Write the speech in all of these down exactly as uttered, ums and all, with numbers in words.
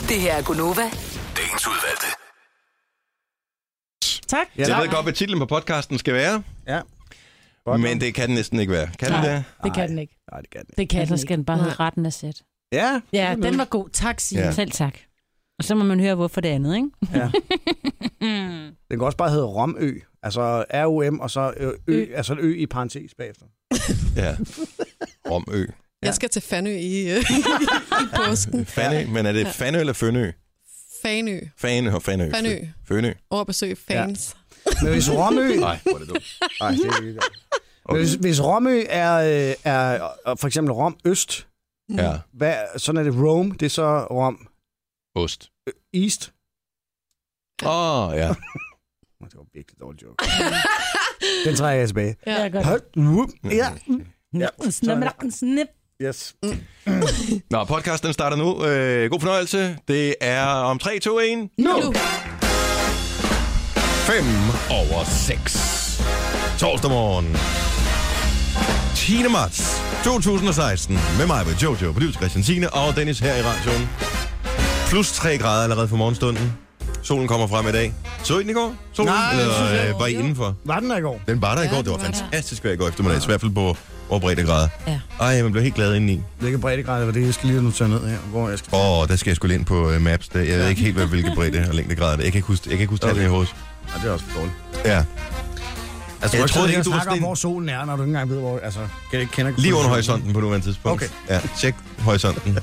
Det her er Gunova. Dagens udvalgte. Tak. Ja, jeg ved godt, hvad titlen på podcasten skal være. Ja. Men det kan den næsten ikke være. Kan Nej, den det? det kan den ikke. Nej, det kan den ikke. Det kan Så den skal ikke. den bare hedde retten af sæt. Ja. Ja, den var god. Tak, Signe. Ja. Ja. Selv tak. Og så må man høre, hvorfor det andet, ikke? Ja. Den kan også bare hedde Romø. Altså R O M og så ø, ø altså en ø i parentes bagefter. Ja. Romø. Jeg skal til Fanø i, øh, i påsken. Fanø, men er det Fanø eller Fønø? Fanø. Fanø og Fanø. Fanø. Fønø. Over besøg fans. Men hvis Romø... Nej, hvor er det dumt. Nej, det er ikke okay. hvis, hvis Romø er, øh, er øh, for eksempel Rom Øst, Ja. hvad, sådan er det Rome, det er så Rom Ost. East. Åh, oh, ja. Det var virkelig dårlig joke. Den trækker jeg tilbage. Ja. Ja, godt. Hold- whoop. Ja. Ja. Snip, snip. Yes. Nå, podcasten starter nu. Øh, god fornøjelse. Det er om tre, to, et. Nu. fem over seks. Torsdag morgen. tiende marts to tusind og seksten. Med mig, med Jojo, producer Christian Signe og Dennis her i radioen. Plus tre grader allerede for morgenstunden. Solen kommer frem i dag. Så I den i går? Solen? Nej, jeg Eller synes, jeg- øh, var I indenfor? Var den der i går? Den var der i Ja, går. Det den var var der. fantastisk vejr i går eftermiddag. I hvert fald på over breddegrader. Ja. Ej, man blev helt glad indeni. Hvilke breddegrader var det? Jeg skal lige notere ned her, hvor jeg skal... Åh, oh, der skal jeg skulle ind på uh, Maps. Der. Jeg ved ikke helt, hvad, hvilke bredde og længdegrader det er. Jeg kan ikke huske, jeg kan ikke huske okay. tallene i hovedet. Ja, det er også dårligt. Ja. Altså, Jeg jeg troede troede ikke, du var snakker om, sådan- hvor solen er, når du ikke engang ved, hvor... Altså, kan ikke kender Lige under horisonten på nuværende tidspunkt. Okay. Ja, tjek horisonten.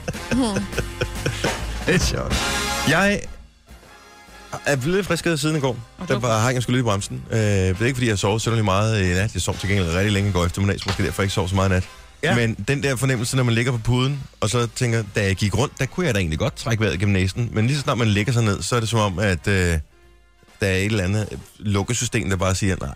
Det er sjovt. Jeg er blevet friskede siden i går. Der var, hang jeg skulle lidt i bremsen. Øh, det er ikke, fordi jeg sov synderligt meget i nat. Jeg sov til gengæld rigtig længe i går eftermiddag, så måske derfor ikke sov så meget i nat. Ja. Men den der fornemmelse, når man ligger på puden, og så tænker, da jeg gik rundt, der kunne jeg da egentlig godt trække vejret gennem næsen. Men lige så snart man ligger sig ned, så er det som om, at øh, der er et eller andet lukkesystem, der bare siger, nej,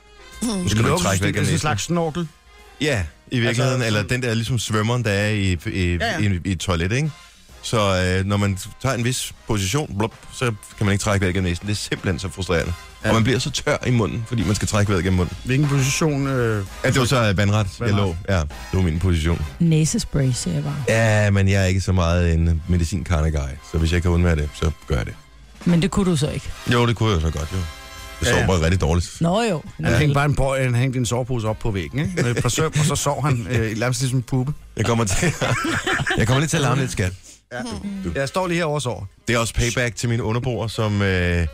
nu skal du ikke trække vejret Det er gennem sådan en næsen. slags snorkel. Ja, i virkeligheden. Altså, Eller den der ligesom svømmeren, der er i, i, Ja, ja. i, i et toilet, ikke? Så øh, når man tager en vis position, blop, så kan man ikke trække vejret gennem næsen. Det er simpelthen så frustrerende. Ja. Og man bliver så tør i munden, fordi man skal trække vejret gennem munden. Hvilken position... Øh, Ja, det var så øh, vandret, jeg Vandret. lå. Ja, det var min position. Næsespray, siger jeg bare. Ja, men jeg er ikke så meget en medicin-karneguy, så hvis jeg kan undvære det, så gør jeg det. Men det kunne du så ikke. Jo, det kunne jeg så godt, jo. Jeg sov Ja, ja. bare rigtig dårligt. Nå jo. han hængte bare en, på, han hængte en sovepose op på væggen, ikke? Med et par søm, og så sov han øh, i nærmest ligesom en puppe. Jeg kommer til, jeg kommer lige til at larme lidt, skat. Ja. Jeg står lige her over sår. Det er også payback til mine underboer, som øh,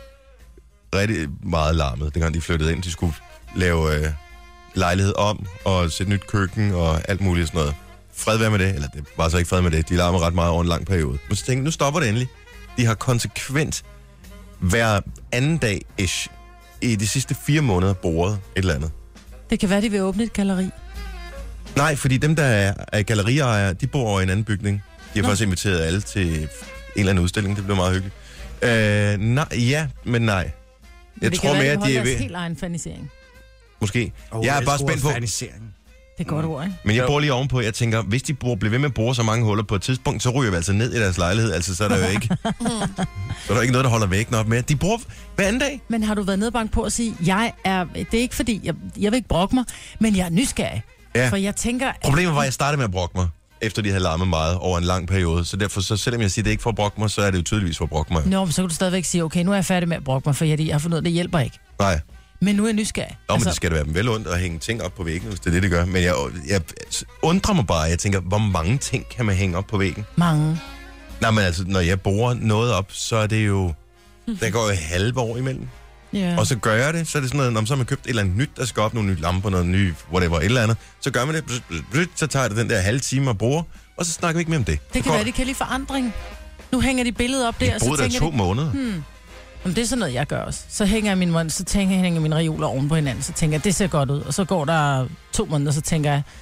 rigtig meget larmede, dengang de flyttede ind. De skulle lave øh, lejlighed om, og sætte nyt køkken og alt muligt sådan noget. Fred være med det, eller det var så ikke fred med det. De larmede ret meget over en lang periode. Men så tænkte jeg, nu stopper det endelig. De har konsekvent hver anden dag ish i de sidste fire måneder boret et eller andet. Det kan være, de vil åbne et galleri. Nej, fordi dem, der er, er galleriejere, de bor over i en anden bygning. De har Nå. faktisk inviteret alle til en eller anden udstilling. Det blev meget hyggeligt. Øh, nej, ja, men nej. Jeg det tror kan mere, være, at de er ved... ved... helt egen fanisering. Måske. Oh, jeg er bare spændt på... Det er godt ord, ikke? Men jeg bor lige ovenpå. Jeg tænker, hvis de bor, bliver ved med at bore så mange huller på et tidspunkt, så ryger vi altså ned i deres lejlighed. Altså, så er der jo ikke... så er der ikke noget, der holder væggen op med. De bor hver anden dag. Men har du været nede og banke på at sige, jeg er... Det er ikke fordi, jeg, jeg vil ikke brokke mig, men jeg er nysgerrig. Ja. For jeg tænker... At... Problemet var, at jeg startede med at brokke mig, efter de havde larmet meget over en lang periode. Så derfor, så selvom jeg siger, at det ikke for at brokke mig, så er det jo tydeligvis for at brokke mig. Nå, men så kan du stadigvæk sige, okay, nu er jeg færdig med at brokke mig, for jeg, jeg har fundet ud af, det hjælper ikke. Nej. Men nu er jeg nysgerrig. Nå, men det skal da være dem vel ondt at hænge ting op på væggen, hvis det er det, det gør. Men jeg, jeg undrer mig bare, jeg tænker, hvor mange ting kan man hænge op på væggen? Mange. Nej, men altså, når jeg borer noget op, så er det jo... Der går jo halve år imellem. Ja. Og så gør jeg det, så er det sådan noget, når man så har man købt et eller andet nyt, der skal op, nogle nye lamper, noget ny, whatever, et eller andet. Så gør man det, så tager det den der halve time at bore, og så snakker vi ikke mere om det. Det kan være, det kan lide forandring. Nu hænger de billedet op der, Jeg og så boede der tænker to de, måneder. hmm, jamen, det er sådan noget, jeg gør også. Så hænger jeg min måned, så tænker jeg, hænger mine reoler oven på hinanden, så tænker jeg, det ser godt ud. Og så går der to måneder, så tænker jeg,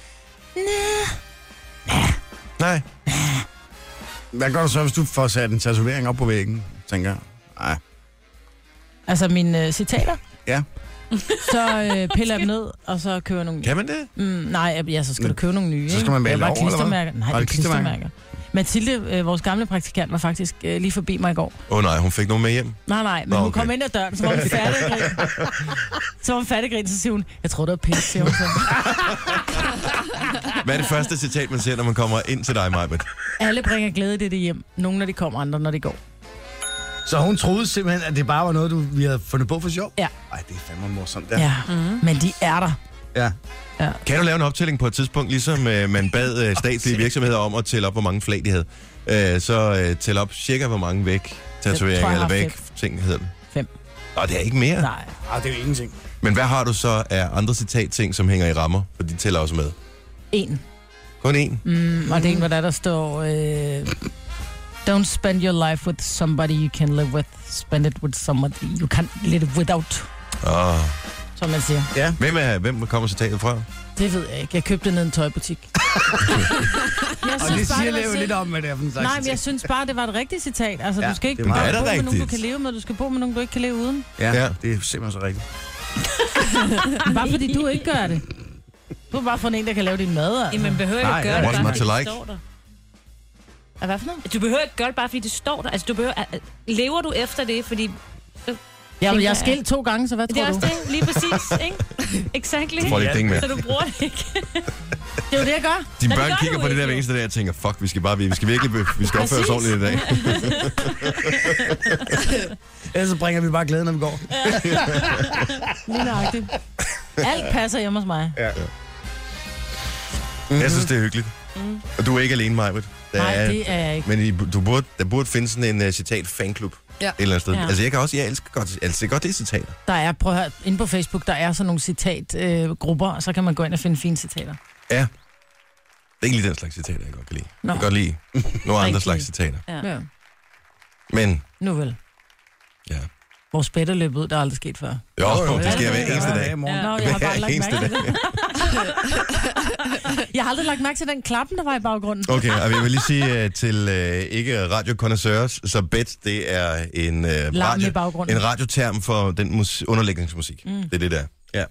nej, Nej. Hvad gør du så, hvis du får sat en tatovering op på væggen? Tænker jeg, nej. altså mine øh, citater. Ja. Så øh, piller jeg dem ned, og så køber nogle nye. Kan man det? Mm, nej, ja, så skal du købe nogle nye. Så skal man male det er bare over, eller hvad? klistermærker. Nej, Var det det er klistermærker. Mathilde, øh, vores gamle praktikant, var faktisk øh, lige forbi mig i går. Åh oh, nej, hun fik nogen med hjem. Nej, nej, men Nå, hun okay. kom ind ad døren, så var hun færdig at grine. Så var hun færdig at grine, så siger hun, jeg tror, det var pisse, siger hun så. Hvad er det første citat, man ser, når man kommer ind til dig, Majbert? Alle bringer glæde i det hjem. Nogle, når de kommer, andre, når de går. Så hun troede simpelthen, at det bare var noget, du, vi havde fundet på for sjov? Ja. Ej, det er fandme morsomt. Ja, Ja. mm-hmm. Men de er der. ja. Ja. Kan du lave en optælling på et tidspunkt, ligesom øh, man bad øh, statslige virksomheder om at tælle op, hvor mange flag de havde? Øh, så øh, tælle op cirka, hvor mange væk Jeg tror, tatoveringer jeg eller har væk fem. ting hedder det. Fem. Og det er ikke mere. Nej. Ah, det er jo ingenting. Men hvad har du så af andre citatting, som hænger i rammer? For de tæller også med. En. Kun én. Mm, og det er en, hvor der, der står... Øh, Don't spend your life with somebody you can live with. Spend it with somebody you can't live without. Oh. Som man siger. Ja. Hvem, er, hvem kommer citatet fra? Det ved jeg ikke. Jeg købte det ned i en tøjbutik. jeg Og det siger var jo sind- lidt om, hvad det er for en slags Nej, men jeg citat. synes bare, det var et rigtigt citat. Altså, Ja, du skal ikke det er bo meget- Er det med nogen, du rigtigt? kan leve med. Du skal bo med nogen, du ikke kan leve uden. Ja, Ja. ja, det er simpelthen så rigtigt. Bare fordi du ikke gør det. Du er bare for en, der kan lave din mad. Altså. Jamen, behøver ikke Nej, at gøre ja, det, what's bare not fordi to det like? står der. Er hvad for noget? Du behøver ikke gøre det, bare fordi det står der. Altså, du behøver, lever du efter det, fordi... Ja, men jeg er tænker jeg- skilt to gange, så hvad Det tror er du? også det, lige præcis, ikke? Exactly. Du får lidt penge med. Så du bruger det ikke. Det er jo det, jeg gør. Dine Nå, det børn gør kigger du på det ikke, der hver jo. eneste dag og tænker, fuck, vi skal bare vi skal virkelig vi skal opføre os Præcis. ordentligt i dag. Ellers så bringer vi bare glæden, når vi går. Lige nøjagtigt. Alt passer hjemme hos mig. Ja. Jeg synes, det er hyggeligt. Og du er ikke alene, Majbert. Nej, det er jeg ikke. Men I, du burde, der burde finde sådan en uh, citat-fanklub. Ja. Et eller andet sted. Ja. Altså, jeg kan også, jeg elsker godt, jeg elsker godt det citater. Der er, prøv at høre, inde på Facebook, der er sådan nogle citatgrupper, øh, grupper, og så kan man gå ind og finde fine citater. Ja. Det er ikke lige den slags citater, jeg godt kan lide. Nå. Jeg kan godt lide nogle andre Rigtig. slags citater. Ja. Ja. Men, Nu vel. ja. Vores spætter løb ud, der er aldrig sket før. Jo, det sker Ja, hver ja, eneste Ja, dag. i morgen. Ja. Nå, jeg har bare Hver lagt eneste mærke til dag. det. Jeg har aldrig lagt mærke til den klappen, der var i baggrunden. Okay, og jeg vil lige sige uh, til uh, ikke radiokonnoisseurs, så bet, det er en, uh, Larm i radio, baggrunden. en radioterm for den mus- underlægningsmusik. Mm. Det er det der. Ja.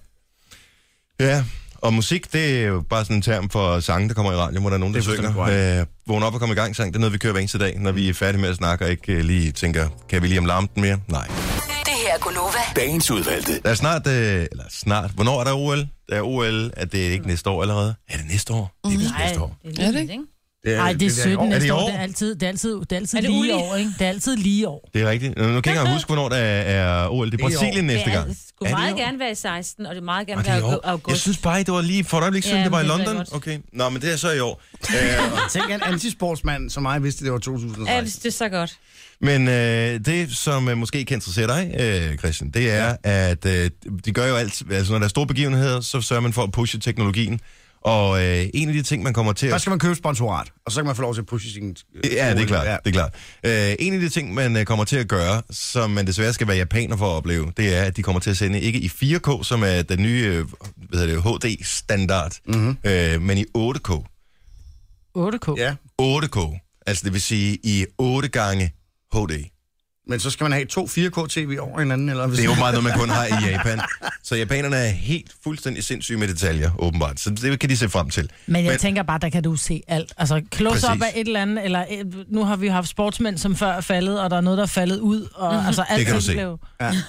Ja, og musik, det er jo bare sådan en term for sange, der kommer i radio, hvor der er nogen, der Det er synger. fuldstændig Øh, vågn op og kom i gang, sang. Det er noget, vi kører hver eneste dag, når vi er færdige med at snakke, og ikke uh, lige tænker, kan vi lige om larme den mere? Nej. Det her er Gunova. Dagens udvalgte. Der er snart, øh, eller snart, hvornår er der O L? Der er O L, er det ikke næste år allerede? Er det næste år? Det er vist næste år. det Er er det lidt, ikke? ikke? Nej, det er i sytten år. Er det i næste år. år? Det er altid, det er altid, det er altid Er det lige ulige? år, ikke? Det er altid lige år. Det er rigtigt. Nu kan jeg ikke engang huske, hvornår der er O L. Det er Det er i år. Brasilien næste Det er- gang. Det skulle Er det i meget år? gerne være i seksten, og det meget gerne Og det er i være i år. august. Jeg synes bare, det var lige for et øjeblik siden, Ja, det var i men det er London. godt. Okay. Nå, men det er så i år. Øh, Tænk, en antisportsmand som mig vidste, det var to tusind og Ja, seksten. hvis det er så godt. Men øh, det, som øh, måske kan interessere dig, øh, Christian, det er, ja. at øh, de gør jo alt, altså når der er store begivenheder, så sørger man for at pushe teknologien. Og øh, en af de ting, man kommer til at... Først skal man købe sponsorat, og så kan man få lov til at pushe sin... Ja, det er klart. Ja. Det er klart. Øh, en af de ting, man øh, kommer til at gøre, som man desværre skal være japaner for at opleve, det er, at de kommer til at sende ikke i fire K, som er den nye øh, hvad hedder det, H D-standard, mm-hmm. øh, men i otte K. otte K. Ja, otte K. Altså det vil sige i otte gange H D. men så skal man have to fire K T V over hinanden, eller... Det er jo meget noget, man kun har i Japan. Så japanerne er helt fuldstændig sindssyge med detaljer, åbenbart. Så det kan de se frem til. Men jeg Men- Men, tænker bare, der kan du se alt. Altså, close up Præcis. af et eller andet, eller øh, nu har vi jo haft sportsmænd, som før er faldet, og der er noget, der er faldet ud, og mm-hmm. altså alt kan du se. blev...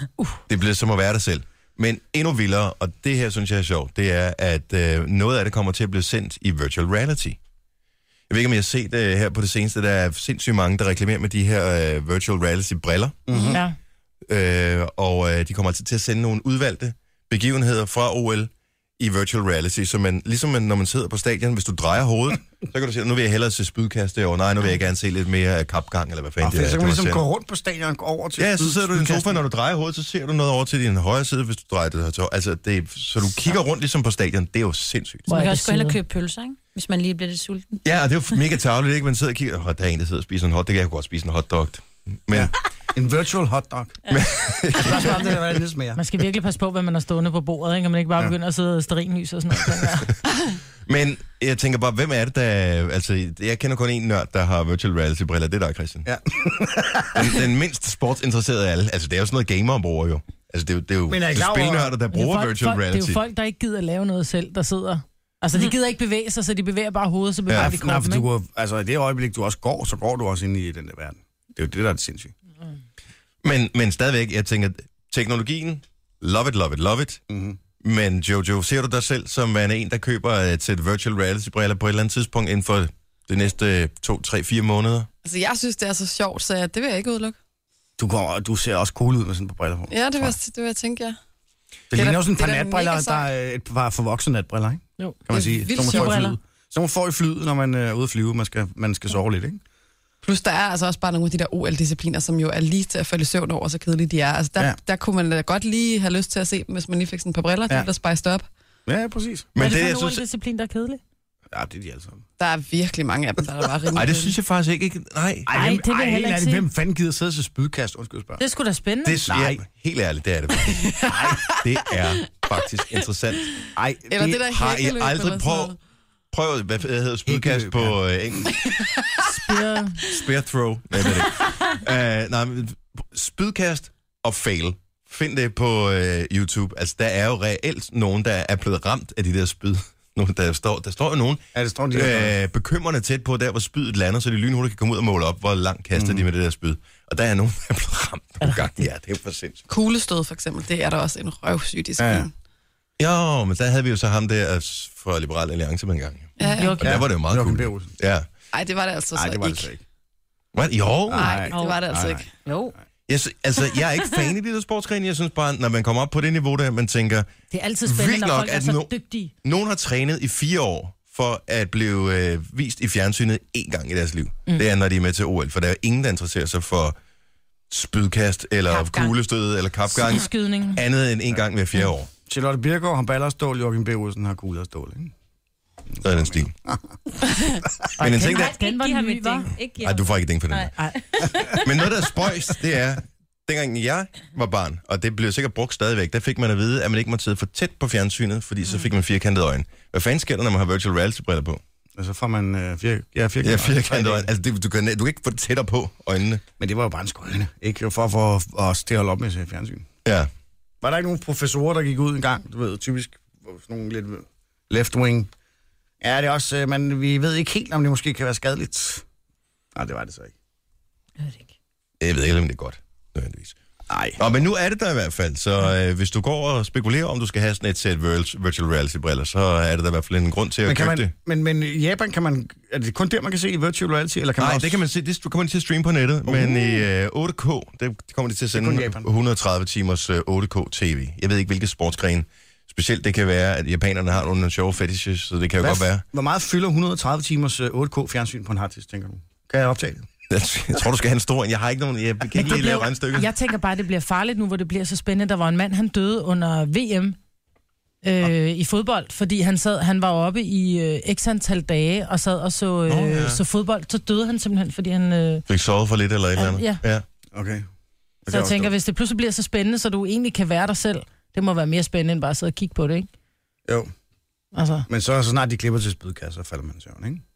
Det bliver som at være der selv. Men endnu vildere, og det her synes jeg er sjovt, det er, at øh, noget af det kommer til at blive sendt i virtual reality. Jeg ved ikke, om I har set øh, her på det seneste, der er sindssygt mange, der reklamerer med de her øh, virtual reality-briller. Mm-hmm. Ja. Øh, og øh, de kommer altså til at sende nogle udvalgte begivenheder fra O L i virtual reality. Så man, ligesom man, når man sidder på stadion, hvis du drejer hovedet, så kan du sige, nu vil jeg hellere se spydkast derovre. Nej, nu vil jeg gerne se lidt mere af kapgang, eller hvad fanden Og det er. så kan du man har ligesom sendt. gå rundt på stadion og gå over til... Ja, så sidder du i din sofa, spydkasten. når du drejer hovedet, så ser du noget over til din højre side, hvis du drejer det her til højre. Altså, det er, så du kigger rundt ligesom på stadion. Det er jo sindssygt. Så man er kan det også gå hen og syret. købe pølser, ikke? Hvis man lige bliver lidt sulten. Ja, og det er jo mega tarveligt, ikke? Man sidder og kigger, oh, der er en, der sidder og spiser en hot, det kan jeg godt spise en hotdog. Men ja. En virtual hotdog. Ja. Det er bare det, hvad det smager. Man skal virkelig passe på, hvad man har stående på bordet, ikke? Og man ikke bare Ja. begynder at sidde og stearinlys og sådan noget. Men jeg tænker bare, hvem er det, der... Altså, jeg kender kun en nørd, der har virtual reality-briller. Det er dig, Christian. Ja. Den, den mindst sportsinteresserede af alle. Altså, det er jo sådan noget gamer-bror jo. Altså, det er jo, det er jo, Men er I det er klar over- spilnørder, der bruger folk, virtual folk, reality. Det er jo folk, der ikke gider lave noget selv, der sidder... Altså, de gider ikke bevæge sig, så de bevæger bare hovedet, så bevæger Ja, de Nej, kroppen, for ikke? du går, altså i det øjeblik, du også går, så går du også ind i den der verden. Det er jo det, der er det sindssygt. Men, men stadigvæk, jeg tænker, teknologien, love it, love it, love it. Mm-hmm. Men Jojo, ser du dig selv som en, en der køber et sæt virtual reality-briller på et eller andet tidspunkt inden for de næste to, tre, fire måneder? Altså, jeg synes, det er så sjovt, så det vil jeg ikke udelukke. Du, går, du ser også cool ud med sådan på briller på. Ja, det vil, tror jeg, jeg. det vil jeg tænke, ja. Det ligner da- også en det er par da natbriller, mega der er et par for voksne natbriller, ikke? Jo. Kan man Det er sige. vildt Så man får i sjovt. flyet. Så man får i flyet, når man er ude at flyve. Man skal, man skal sove lidt, ikke? Plus, der er altså også bare nogle af de der O L-discipliner, som jo er lige til at falde i søvn over, så kedelige de er. Altså, der, Ja. ja. der kunne man da godt lige have lyst til at se dem, hvis man lige fik sådan et par briller, Ja. ja. der spiced op. Ja, præcis. Men Men er det, det, det jeg for en synes... disciplin, der er kedelig? Ja, det er de alle sammen. Der er virkelig mange af dem, der er bare rimelig. Ej, det synes jeg faktisk ikke. ikke nej. Ej, hvem, det vil jeg heller helt ikke ærligt, sige. hvem fanden gider sidde til spydkast? Undskyld, spørg. Det er sgu da spændende. Det, Nej. ja, helt ærligt, det er det. Nej, det er faktisk interessant. Ej, Eller det der Har I hækkeløb aldrig eller sådan prøvet... noget. Prøv, hvad hedder spydkast Hækkeløb, på øh, engelsk? Spear. Spear throw. Nej, det er det ikke. Uh, nej, men spydkast og fail. Find det på uh, YouTube. Altså, der er jo reelt nogen, der er blevet ramt af de der spyd. Nogen, der, står, der står jo nogen Ja, det står de der. øh, bekymrende tæt på, der hvor spydet lander, så de lynhurtigt kan komme ud og måle op, hvor langt kaster mm. de med det der spyd. Og der er nogen, der er blevet ramt nogle gange. Ja, det er for sindssygt. Kuglestød for eksempel, det er der også en røvsyg disciplin. Ja. Jo, men der havde vi jo så ham der altså, fra Liberal Alliance med en gang. Ja, ja. Jo, Og der var det jo meget Joachim B. cool. Olsen. Ja. Ej, det var det altså Nej, så det var det ikke. så ikke. What? Jo. Nej, det var det altså Nej, ikke. Jo. Jeg, sy- altså, jeg er ikke fan i de der sportsgrene. Jeg synes bare, når man kommer op på det niveau der, man tænker, Det er altid spændende, Vildt når nok, folk er at så no- dygtige. nogen har trænet i fire år for at blive øh, vist i fjernsynet én gang i deres liv. Mm. Det er, når de er med til O L, for der er ingen, der interesserer sig for spydkast, eller Kapgang. kuglestød, eller kapgang, Skydning. andet end en gang hver fjerde år. Charlotte Birgaard har baller og stål, Joachim B. Olsen har kugler og stål, ikke? Så er den stil. Men en ting, der... Den var Ikke give ham ny, et hva'? ding. Ikke give Ej, ham. du får ikke ding for den Nej. der. Men noget, der er spøjs, det er, dengang jeg var barn, og det blev sikkert brugt stadigvæk, der fik man at vide, at man ikke måtte sidde for tæt på fjernsynet, fordi så fik man firkantede øjne. Hvad fanden sker der, når man har virtual reality-briller på? Og så får man øh, fire, ja, firkantede Ja, firkantede øjne. Altså, det, du, kan, du kan ikke få det tættere på øjnene. Men det var jo bare en skrøne, ikke? For at få os til at holde op med at se fjernsyn. Ja. Var der ikke nogen professorer, der gik ud en gang, du ved, typisk sådan nogle lidt left-wing? Ja, det er også, øh, men vi ved ikke helt, om det måske kan være skadeligt. Nej, det var det så ikke. Jeg ved det ikke. Jeg ved ikke, om det er godt, nødvendigvis. Nej. Nå, men nu er det der i hvert fald, så øh, hvis du går og spekulerer, om du skal have sådan et sæt virtual reality-briller, så er det der i hvert fald en grund til at Men, kan købe man, det. men, men i Japan kan man... Er det kun der, man kan se i virtual reality? Eller kan man Nej, også... det kan man se. Det, du kommer til at streame på nettet, uh. men i øh, otte K, det kommer de til at kun sende Japan. et hundrede og tredive timers øh, otte K-tv. Jeg ved ikke, hvilke sportsgren. Specielt det kan være, at japanerne har nogle sjove fetishes, så det kan jo Hvad, godt være. Hvor meget fylder et hundrede og tredive timers øh, otte K-fjernsyn på en harddisk, tænker du? Kan jeg optage det? Jeg, jeg tror, du skal have en stor en. Jeg har ikke nogen... Jeg kan ikke lige lave regnstykket. Jeg tænker bare, at det bliver farligt nu, hvor det bliver så spændende. Der var en mand, han døde under V M øh, i fodbold, fordi han sad, han var oppe i øh, x antal dage og sad og så, øh, Nå, ja. så fodbold. Så døde han simpelthen, fordi han... Øh, Fik sovet for lidt eller et eller andet. Ja. ja. Okay. så jeg tænker, hvis det pludselig bliver så spændende, så du egentlig kan være dig selv, det må være mere spændende, end bare at sidde og kigge på det, ikke? Jo, Altså, men så, så snart de klipper til spydkasse, så falder man i søvn, ikke?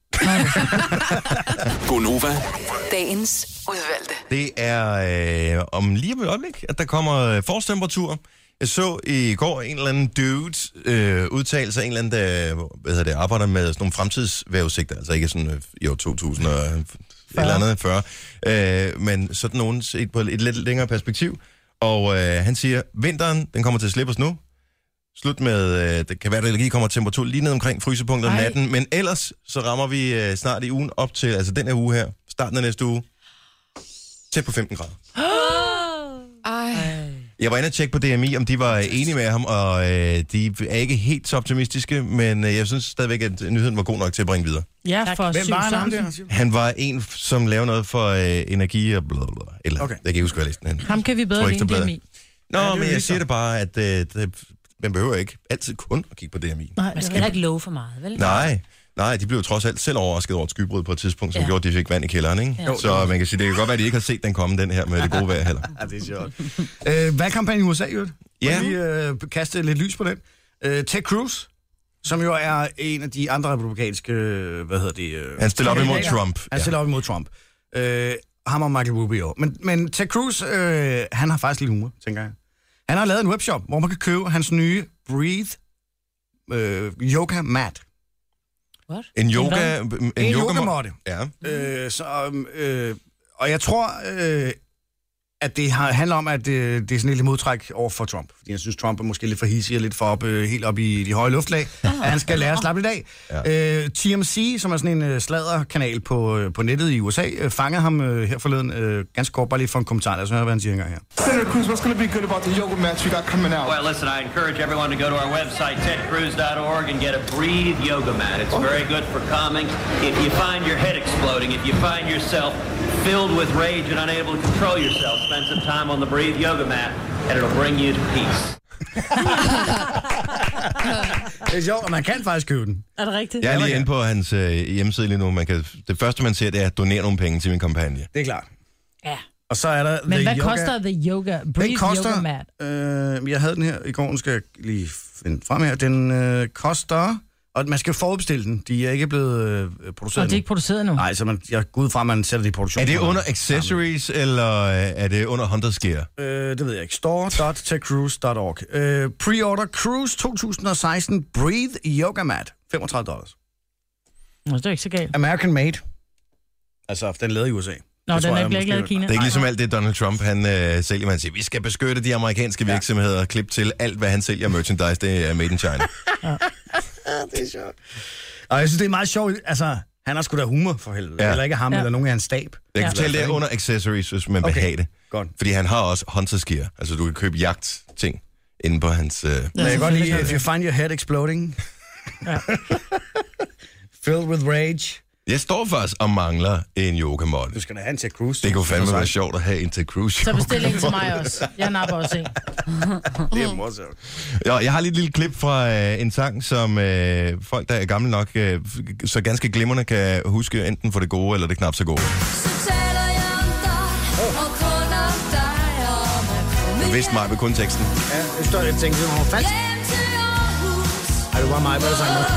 Gonova. Dagens udvalgte. Det er øh, om lige om et øjeblik, at der kommer øh, forårstemperatur. Jeg så i går en eller anden dude øh, udtale sig, en eller anden, der hvad hedder det, arbejder med sådan nogle fremtidsvævesigter, altså ikke sådan øh, i år to tusind og et eller andet, fyrre, øh, men sådan nogen set på et lidt længere perspektiv. Og øh, han siger, vinteren, den kommer til at slippe os nu. Slut med, øh, det kan være, at der lige kommer temperatur lige ned omkring frysepunktet om Ej. natten, men ellers så rammer vi øh, snart i ugen op til, altså den her uge her, starten af næste uge, tæt på femten grader. Ej. Jeg var inde og tjekke på D M I, om de var enige med ham, og øh, de er ikke helt så optimistiske, men øh, jeg synes stadigvæk, at nyheden var god nok til at bringe videre. ja, for Hvem syv var han ham Sørensen. der? siger du? Han var en, som laver noget for øh, energi og blablabla. Eller, Okay. jeg kan ikke huske, hvad jeg læste den. Ham kan vi bedre Tror lide ikke, end det D M blev- I. Nå, Ja, det er men jo jeg lige siger så. det bare, at øh, det, man behøver ikke altid kun at kigge på D M I. Nej, Man skal heller ikke love for meget, vel? Nej, nej, de blev jo trods alt selv overrasket over et skybrud på et tidspunkt, som Ja. gjorde, at de fik vand i kælderen, ikke? Ja. Så man kan sige, det kan godt være, at de ikke har set den komme, den her med det gode vejr heller. Ja, det er sjovt. øh, valgkampagne i U S A, jo. Ja. Vi øh, kaste lidt lys på den. Øh, Ted Cruz, som jo er en af de andre republikanske, øh, hvad hedder det? Øh, Han stiller op imod kandidater. Trump. Han stiller op imod Trump. Øh, ham og Michael Rubio. Men, men Ted Cruz, øh, han har faktisk lidt humor, tænker jeg. Han har lavet en webshop, hvor man kan købe hans nye Breathe øh, yoga mat. What? En yoga... En, En yoga yogamåtte. Ja. Øh, så, øh, og jeg tror, øh, at det har, handler om, at øh, det er sådan lidt modtræk over for Trump. Fordi jeg synes, Trump er måske lidt for hissig og lidt for op, øh, helt op i de høje luftlag. At han skal lære at slappe lidt af. Ja. Øh, T M C, som er sådan en øh, sladderkanal på, øh, på nettet i U S A, øh, fangede ham øh, her forleden øh, ganske kort, bare lige for en kommentar. Lad os høre, hvad han siger engang her. Senator Cruz, what's going to be good about the yoga mats we got coming out? Well, listen, I encourage everyone to go to our website, ted cruz dot org, and get a Breathe yoga mat. It's very good for calming. If you find your head exploding, if you find yourself filled with rage and unable to control yourself, spend some time on the Breathe yoga mat, and it'll bring you to peace. Det er sjovt, og man kan faktisk købe den. Er det rigtigt? Jeg er lige inde på hans øh, hjemmeside lige nu. Man kan, det første, man ser, det er at donere nogle penge til min kampagne. Det er klart. Ja. Og så er der Men The hvad yoga. koster The Yoga? Breathe Den koster, Yoga Mat? øh, jeg havde den her i går, den skal jeg lige finde frem her. Den øh, koster, og man skal forudbestille den. De er ikke blevet øh, produceret Og det er ikke produceret nu? Nej, så man, jeg går ud fra, at man sætter det i produktion. Er det under accessories, eller er det under Hunters Gear? Øh, det ved jeg ikke. store dot ted cruz dot org. Øh, pre-order Cruise to tusind og seksten Breathe Yoga Mat. femogtredive dollars. Nå, det er ikke så galt. American made. Altså, den er lavet i U S A. Nå, Det den tror er jeg bliver ikke måske- lavet i Kina. Det er ikke ligesom alt det, Donald Trump han øh, sælger. Man siger, vi skal beskytte de amerikanske virksomheder og klippe til alt, hvad han sælger merchandise. Det er made in China. Det er sjovt. Og jeg synes, det er meget sjovt. Altså, han har sgu da humor for helvede. Ja. Ja. Eller ikke ham, Ja. ja. eller nogen af hans stab. Jeg kan Ja. fortælle, det er under accessories, hvis man vil Okay. have det. Godt. Fordi han har også Hunters Gear. Altså, du kan købe jagtting inde på hans... Øh... Ja, jeg kan godt lide, if you find your head exploding. Ja. Filled with rage. Jeg står faktisk og mangler en yogamåtte. Du skal da have en til Cruise. Det kunne fandme være sjovt at have en til cruise. Så bestil en til mig også. Jeg napper også en. Det er morsomt. Ja, jeg har lige et lille klip fra øh, en sang, som øh, folk, der er gamle nok, øh, så ganske glimrende kan huske enten for det gode eller det knap så gode. Jeg vidste mig ved kun teksten. Ja, jeg står og tænker, det var falsk. Ej, det var mig, hvad der sang med.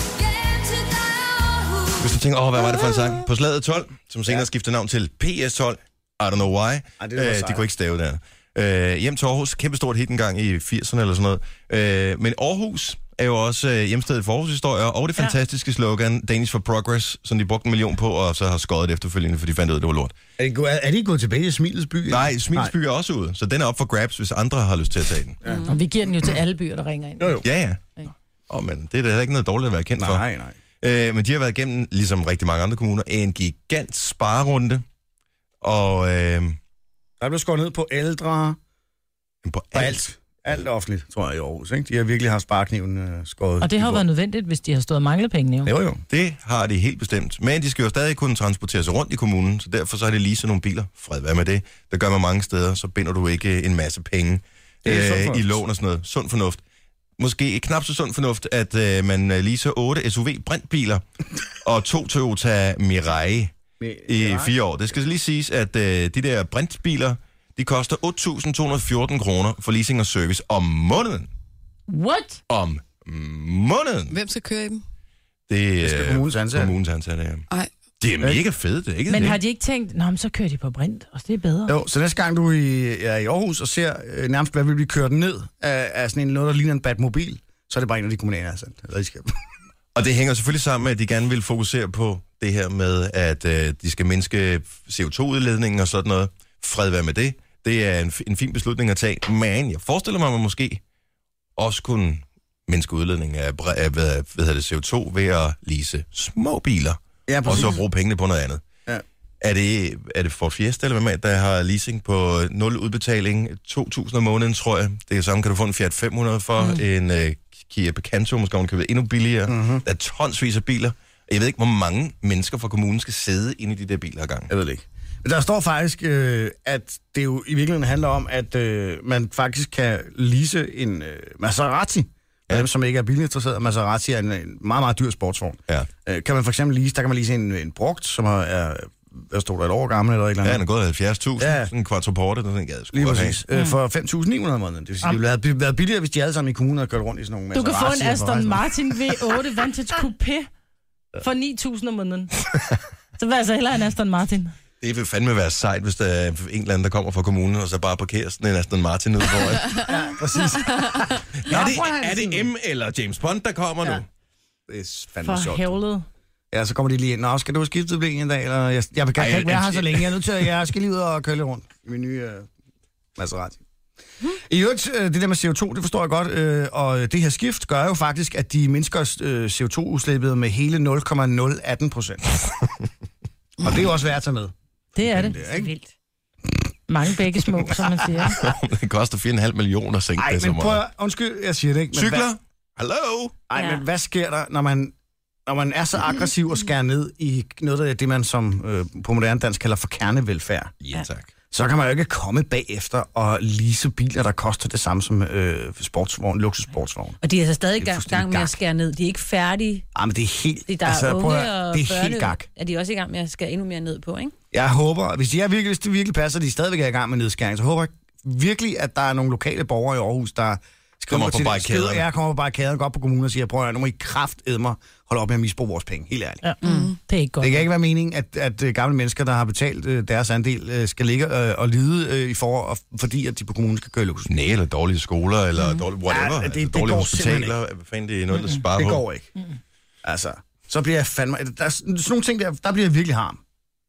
Hvis du tænker, åh, hvad var det for en sang? På slaget tolv, som senere ja. skifter navn til P S tolv. I don't know why. Ej, det er øh, de kunne ikke stave der. Øh, hjem til Aarhus, kæmpestort hit engang i firserne eller sådan noget. Øh, men Aarhus er jo også øh, hjemstedet for Aarhus-historier, og det fantastiske ja. slogan, Danish for Progress, som de brugte en million på, og så har skåret det efterfølgende, for de fandt ud af, det var lort. Er de, er de gået tilbage til Smilets by? Nej, Smilets by er også ude, så den er op for grabs, hvis andre har lyst til at tage den. Ja. Og vi giver den jo til alle byer, der ringer ind. Jo, jo. Ja, ja. Okay. Åh, oh, men det er da ikke noget dårligt at være kendt for. Nej, nej. Øh, men de har været igennem, ligesom rigtig mange andre kommuner, en gigant sparerunde. Og øh, Der blev skåret ned på ældre, på på alt. alt. Alt offentligt, tror jeg, i Aarhus. Ikke? De har virkelig haft sparekniven øh, skåret. Og det har jo i været nødvendigt, hvis de har stået og manglet penge. Jo. Jo, jo. Det har de helt bestemt. Men de skal jo stadig kunne transportere sig rundt i kommunen, så derfor så har de leaset nogle biler. Fred, hvad med det? Det gør man mange steder, så binder du ikke en masse penge Det er sund øh, fornuft. i lån og sådan noget. Sund fornuft. Måske knap så sund fornuft, at øh, man leaser otte S U V-brintbiler og to Toyota Mirai i fire år. Det skal lige siges, at øh, de der brintbiler, de koster otte tusind to hundrede og fjorten kroner for leasing og service om måneden. What? Om måneden. Hvem skal køre i dem? Det, Det skal øh, kommunens ansatte. Kommunens ansatte, ja. Ej, Det er mega fedt, det er ikke Men det? har de ikke tænkt, nå, men så kører de på brint, og det er bedre. Jo, så næste gang du er i, er i Aarhus og ser øh, nærmest, hvad vil blive kørt ned af, af sådan en noget, der ligner en Batmobil, så er det bare en af de kommunale ansatte. Redskaber. Og det hænger selvfølgelig sammen med, at de gerne vil fokusere på det her med, at øh, de skal mindske C O to udledningen og sådan noget. Fred være med det. Det er en, en fin beslutning at tage. Men jeg forestiller mig, at man måske også kunne mindske udledningen af, bre- af hvad, hvad hedder det, C O to ved at lease små biler. Ja, Og så bruge pengene på noget andet. Ja. Er det, er det Ford Fiesta eller hvad med, der har leasing på nul udbetaling, to tusind om måneden, tror jeg. Det er samme, kan du få en Fiat fem hundrede for, mm. en uh, Kia Picanto, måske man kan være endnu billigere. Mm-hmm. Der er tonsvis af biler. Jeg ved ikke, hvor mange mennesker fra kommunen skal sidde inde i de der biler ad gangen. Jeg ved det ikke. Men der står faktisk, øh, at det jo i virkeligheden handler om, at øh, man faktisk kan lease en øh, Maserati. Ja. Dem, som ikke er bilinteresseret. Maserati er en, en meget, meget dyr sportsvogn. Ja. Øh, kan man for eksempel lease, der kan man lease en, en brugt, som er, er hvad stod der, et år gammel eller et eller Ja, andet. den er gået halvfjerds tusind, Ja. ja. sådan en quadruporte, den gad jeg sgu Lige godt have. præcis. Øh, for fem tusind ni hundrede om måneden. Det vil sige, det ville have været billigere, hvis de alle sammen i kommunen havde kørt rundt i sådan nogle Du kan få en Maserati'er for Aston resten. Martin V otte Vantage Coupé for ni tusind om måneden. Så vil jeg altså hellere en Aston Martin. Det vil fandme være sejt, hvis der er en eller anden, der kommer fra kommunen, og så bare parkerer sådan en Aston Martin nede foran. Ja, præcis. er, det, er det M eller James Bond, der kommer ja. nu? Det er fandme For sjovt. hævlet. Ja, så kommer de lige ind. Nå, skal du have skiftet blæen en dag? Eller jeg, jeg, jeg kan Ej, ikke være jeg- her så længe. Jeg er nødt til at jeg skal lige ud og køle rundt i min nye uh, Maserati. Hmm. I øvrigt, øh, det der med C O to, det forstår jeg godt, øh, og det her skift gør jo faktisk, at de mindsker øh, C O to-udslippet med hele nul komma nul et otte procent. Og det er jo også værd at tage med. Det er det. Det er, ikke? Vildt. Mange begge små, som man siger. Det koster fire komma fem millioner at sænke Ej, det så men prøv meget. at, undskyld, jeg siger det ikke. Men Cykler? Hvad, Hallo? ej, Ja. men hvad sker der, når man, når man er så aggressiv og skærer ned i noget af det, man som øh, på moderne dansk kalder for kernevelfærd? Ja, tak. Så kan man jo ikke komme bagefter og lease biler, der koster det samme som øh, sportsvogn, luksussportsvogn. Og de er så stadig Det er gang, fuldstændig gang med gak. at skære ned. De er ikke færdige. Ah, men det er helt... Det der altså, er unge prøv at- og det er børne, helt gak. er de også i gang med at skære endnu mere ned på, ikke? Jeg håber, hvis, de er virkelig, hvis det virkelig passer, at de stadigvæk er i gang med nedskæring, så håber jeg virkelig, at der er nogle lokale borgere i Aarhus, der skriver Kommer på til barrikaderne. skriver, jeg kommer på barrikaderne, går op på kommunen og siger, prøv at høre, nu må I kraftedme holde op med at misbruge vores penge. Helt ærligt. Ja, mm. Det er ikke godt. Det kan ikke være meningen, at, at øh, gamle mennesker, der har betalt øh, deres andel, øh, skal ligge øh, og lide øh, i for, og, fordi at de på kommunen skal køre i luksus. Nej, eller dårlige skoler, eller mm. dårlige whatever. Ja, det- Ja, det dårlige går hospitaler. simpelthen Hvad fanden det er noget, der sparer Det på? går ikke. Altså, så bliver jeg fandme... Der er sådan nogle ting, der, der bliver jeg virkelig harm.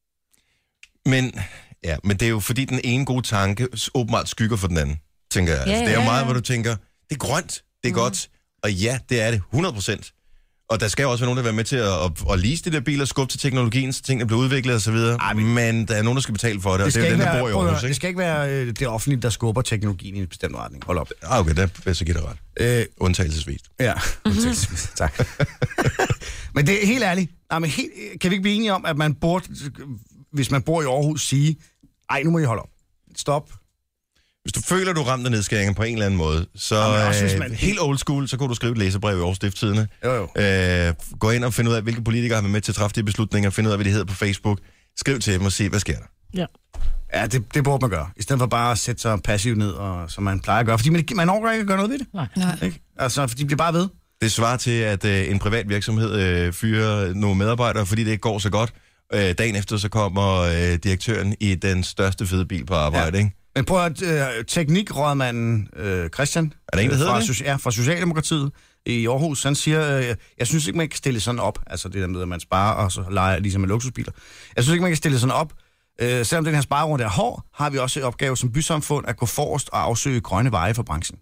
Men, ja, men det er jo fordi, den ene gode tanke åbenbart skygger for den anden, tænker jeg. Ja, Altså, det er jo ja, meget, ja. hvor du tænker, det er grønt, det er mm. godt, og ja, det er det, hundrede procent. Og der skal jo også være nogen, der vil være med til at, at, at lease de der biler, skubbe til teknologien, så tingene bliver udviklet osv. Men der er nogen, der skal betale for det, og det, det er jo den, der bor i prøv at høre, Aarhus, det ikke? skal ikke være øh, det offentlige, der skubber teknologien i en bestemt retning. Hold op. Ah, okay, der vil jeg så give dig ret. Øh, Undtagelsesvist. ja, undtagelsesvis. Tak. Men det er helt ærligt. Nej, men helt, kan vi ikke blive enige om, at man burde, hvis man bor i Aarhus, sige, ej, nu må I holde op. Stop. Hvis du føler, du er ramt af nedskæringen på en eller anden måde, så Jamen, også hvis øh, man- helt old school, så kunne du skrive et læserbrev i Aarhus Stiftstidende. Jo, jo. Øh, gå ind og finde ud af, hvilke politikere har været med til at træffe de beslutninger, finde ud af, hvad de hedder på Facebook. Skriv til dem og se, hvad sker der. Ja. Ja, det, det burde man gøre. I stedet for bare at sætte sig passivt ned, og, som man plejer at gøre. Fordi man, man overgår ikke at gøre noget ved det. Nej. Nej. Ikke? Altså, fordi de bliver bare ved. Det svarer til, at øh, en privat virksomhed øh, fyrer nogle medarbejdere, fordi det ikke går så godt. Øh, dagen efter, så kommer øh, direktøren i den største fede bil på arbejde, Ja. ikke? Men prøv at øh, teknikrådmanden øh, Christian Er der en, der øh, hedder fra, det? Soci- ja, fra Socialdemokratiet i Aarhus, han siger, øh, jeg synes ikke, man kan stille sådan op, altså det der med, at man sparer og så leger ligesom med luksusbiler. Jeg synes ikke, man kan stille sådan op. Øh, selvom den her sparerunde er hård, har vi også et opgave som bysamfund at gå forrest og afsøge grønne veje for branchen.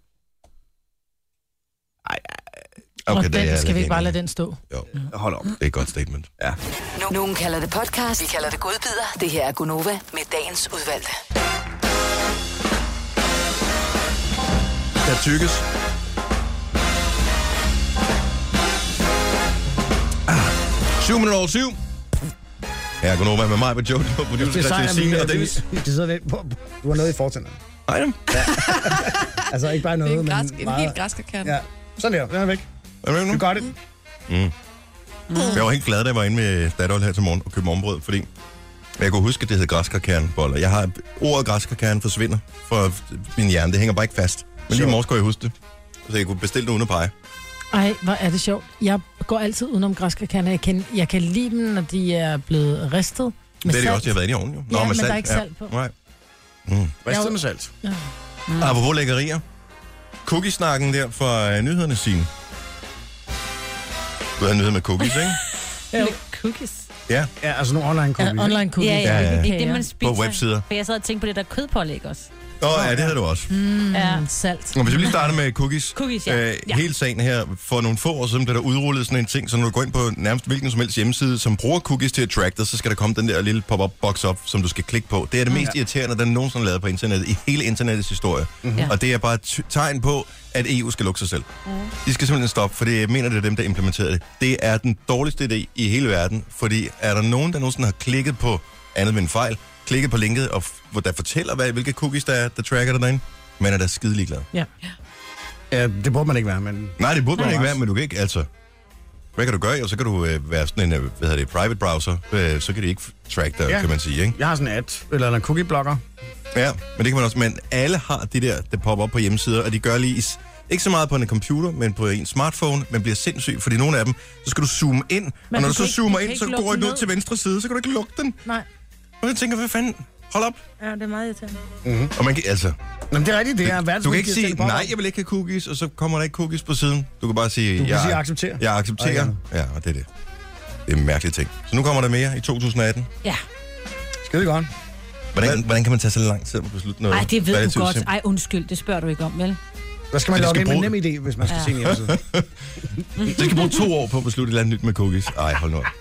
Ej, Okay, og det er den, jeg skal vi lidt ikke bare enig lade i. den stå? Jo, hold op. det er et godt statement. Ja. Nogen kalder det podcast, vi kalder det godbider. Det her er Gunova med dagens udvalgte. Der tykkes. Ah, syv minutter over syv. Her går Nova med mig, med Jojo, producer Christian Signe og Dennis. Det sidder lidt på. Du har noget i fortænderne. Hej dem. Altså ikke bare Det noget, er en, græsk, men en meget... helt græskerkerne. Ja, sådan der. Den er væk. Er du væk nu? Du gør det. Mm. Jeg var helt glad, da jeg var inde med Statoil her til morgen og købte morgenbrød, fordi jeg kunne huske, at det hed græskarkerneboller. Jeg har ordet græskarkern forsvinder fra min hjerne. Det hænger bare ikke fast. Men lige i morges kunne jeg huske det. Så jeg kunne bestille det uden at pege. Ej, hvor er det sjovt. Jeg går altid udenom græskarkerner. Jeg kan, jeg kan lide dem, når de er blevet ristet med Det er det salt. også, de har været inde i ovnen, jo. Ja, men med der er ikke salt på. Nej. Mm. Ristet med salt. Mm. Apropos lækkerier. Cookiesnakken der fra uh, nyhederne, Signe. Du havde nyheder med cookies, ikke? Jo. Cookies. Ja, Ja, altså nogle online cookies. Ja, online cookies. Ja, ja, Ja, ja. det er det, man spiser. På websider. For jeg sad og tænkte på det der kødpålæg også. Åh, oh, ja, det havde du også. Mm, Ja. salt. Og hvis vi lige starter med cookies. Cookies, ja. Øh, Ja. Helt sagen her, for nogle få år siden blev der udrullet sådan en ting, så når du går ind på nærmest hvilken som helst hjemmeside, som bruger cookies til at track dig, så skal der komme den der lille pop-up box op, som du skal klikke på. Det er det mest irriterende, der nogensinde er lavet på internettet, i hele internettets historie. Mm-hmm. Ja. Og det er bare et ty- tegn på, at E U skal lukke sig selv. Mm. De skal simpelthen stoppe, for jeg mener, det er dem, der implementerer det. Det er den dårligste idé i hele verden, fordi er der nogen, der nogensinde har klikket på andet med en fejl, klikket på linket, og f- hvor der fortæller, hvad, hvilke cookies der er, der tracker dig derinde, man er da skide ligeglad. Ja. Ja, det burde man ikke være, men... Nej, det burde man Nej. ikke være, men du kan ikke, altså... Hvad kan du gøre? Jo, så kan du øh, være sådan en, øh, hvad hedder det, private browser, øh, så kan de ikke track dig, Ja. kan man sige, ikke? Jeg har sådan en ad, eller en cookie-blogger. Ja, men det kan man også. Men alle har de der, der popper op på hjemmesider, og de gør lige, is- ikke så meget på en computer, men på en smartphone, man bliver sindssyg, fordi nogle af dem, så skal du zoome ind, Men og når du du så kan ikke- zoomer du kan ind, så ikke går lukke du ned ned. til venstre side, så kan du ikke lukke den. Nej. Og jeg tænker, hvad fanden? Hold op. Ja, det er meget irriterende. Mm-hmm. Og man kan, altså... Jamen, det er rigtigt, det er verdens Du kan ikke vigtigste sige, ting, nej, jeg vil ikke have cookies, og så kommer der ikke cookies på siden. Du kan bare sige, Du kan jeg, sige acceptere. Jeg accepterer. Ja, og det er det. Det er en mærkelig ting. Så nu kommer der mere i to tusind atten. Ja. Skide godt. Hvordan, hvordan kan man tage så lang tid at beslutte noget? Ej, det ved relativt du godt. simpelt? Ej, undskyld, det spørger du ikke om, vel? Der skal man Så de logge ind skal med bruge- nem idé, hvis man skal Ja. se en hjemmeside. Så skal bruge to år på at beslutte et eller andet nyt med cookies. Ej, hold nu op.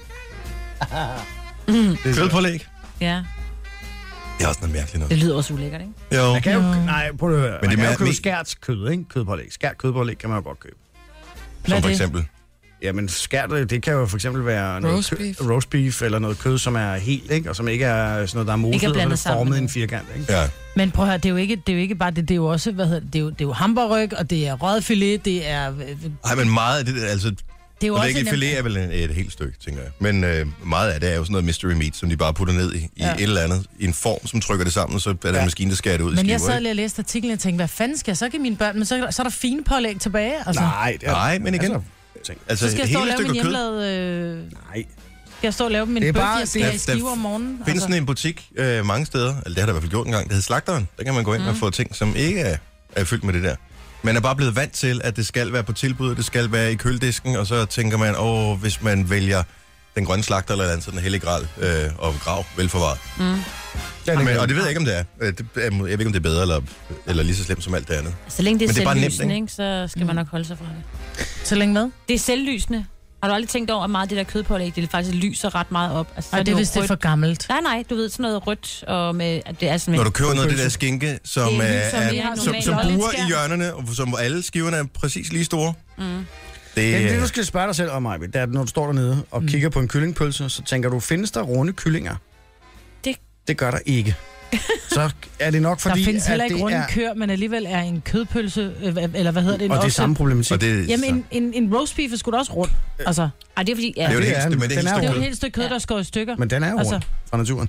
Kødpålæg. Ja, Det er også noget mærkeligt noget. det lyder også ulækkert, ikke? Jo. Man kan jo, nej, prøv at høre. Men Man det kan er jo købe mest- skært kød, ikke? Kødpålæg. Skært kødpålæg kan man jo godt købe. Hvad er Som for det? eksempel. Jamen, skært, det kan jo for eksempel være noget Roast kø- beef. roast beef, eller noget kød, som er helt, ikke? Og som ikke er sådan noget, der er moset, Ikke er og så er blandet det sammen formet i med en firkant, ikke? Ja. Men prøv at høre, det er jo ikke, det er jo ikke bare det, det er jo også, hvad hedder det, det er jo, det er jo hamburgerryg, og det er rødfilet, det er... Ej, men meget af det, der, altså... Det er jo Og det er også ikke en- filet er vel et, et helt stykke, tænker jeg. Men øh, meget af det er jo sådan noget mystery meat, som de bare putter ned i, i Ja. et eller andet, i en form, som trykker det sammen, så er der ja. en maskine, der skærer det ud i Men skiver. jeg sad ikke? lige og læste artiklen og tænkte, hvad fanden skal jeg så give mine børn? Men så, så er der fine pålæg tilbage, altså. Nej, det er... Nej, men igen. Altså, ting. Altså, Så skal jeg stå og hele lave min stykker kød. hjemmelavede... Øh, Nej. skal jeg stå og lave min Det er bøf, bare- jeg skal det- have i skiver om morgenen? Altså, findes sådan en butik øh, mange steder, eller det har der i hvert fald gjort en gang, der hedder Slagteren. Der kan man gå ind mm. og få ting, som ikke er, er fyldt med det der. Man er bare blevet vant til, at det skal være på tilbud, det skal være i køledisken, og så tænker man, åh, hvis man vælger den grønne slagter eller andet, sådan en hellig gral øh, og grav velforvaret. Mm. Det er Men, og det ved jeg ikke, om det er. Øh, Det er. Jeg ved ikke, om det er bedre eller, eller lige så slemt som alt det andet. Så længe det er Men det er bare nemt, selvlysende, ikke? ikke? Så skal man nok holde sig fra det. Så længe hvad? Det er selvlysende. Har du aldrig tænkt over, at meget af det der kødpålæg, det faktisk lyser ret meget op? Altså, så Ej, er det er jo vist det er rødt. for gammelt. Nej, nej, du ved, sådan noget rødt, og med, at det er sådan... Når du køber noget af det der skinke, som, Det er er, ligesom vi er, har som, normalt. som Og lidt buer i skær. hjørnerne, og som alle skiverne er præcis lige store. Mm. Det, Men det, du skal spørge dig selv om, Maja, det er, at når du står dernede og mm. kigger på en kyllingpølse, så tænker du, findes der runde kyllinger? Det- Det gør der ikke. Så er det nok fordi, Der findes heller at ikke det runde er... køer, men alligevel er en kødpølse, øh, eller hvad hedder det? En Og det er okse. samme problematik. og det, Jamen, en, en, en roast beef er sgu da også rund. Altså, Ej, det er fordi... Ja, det er jo det det er helt, den. men det er Den helt er det er stykke jo et kød. helt stykke kød, der er skåret i stykker. Men den er jo Altså- rundt fra naturen.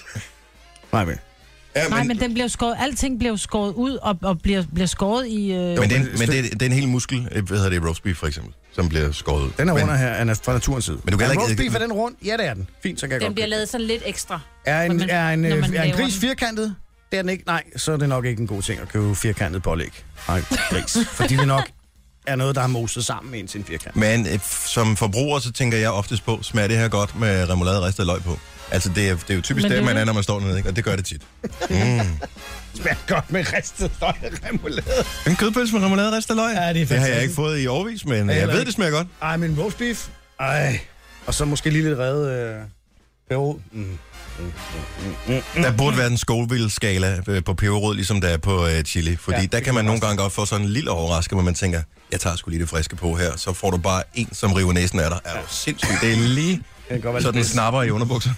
Nej, men... Ja, Nej, men den bliver skåret, alting bliver jo skåret ud og, og bliver, bliver skåret i... Øh... Men, det er, en- men det, er, det er en hel muskel, øh, hvad hedder det, roast beef for eksempel, som bliver skåret ud. Den er men, under her, den er fra naturens side. Men du kan er heller roast ikke- beef, er den rund? Ja, det er den. Fint, så kan jeg den godt bliver købe lavet sådan lidt ekstra. det. Er en, når man- er en, når man øh, er en laver gris den. firkantet? Det er den ikke. Nej, så er det nok ikke en god ting at købe firkantet pålæg. Nej, gris. Fordi det nok er noget, der har moset sammen med en til en firkant. Men øh, som forbruger, så tænker jeg oftest på, smager det her godt med remoulade, ristet løg på? Altså, det er, det er jo typisk Men det, det er man det. er, når man står nede, ikke? Og det gør det tit. Mm. Smager godt med ristet løg og remoulade. En kødpølse med remoulade, ristet løg? Ja, det er Det har jeg fantastisk. ikke fået i årvis, men heller jeg ved, ikke. det smager godt. Ej, men roast beef. Ej. Og så måske lige lidt revet øh, peberrod. Mm. Der burde være en Scoville-skala øh, på peberrod, ligesom der er på øh, chili. Fordi Ja, ja, der det kan man kan nogle man gange godt få sådan en lille overraskelse, hvor man tænker, jeg tager sgu lige det friske på her. Så får du bare en, som river næsen af dig. Er du sindssygt? Det er lige Det kan godt være så lidt den spids. snapper i underbukser.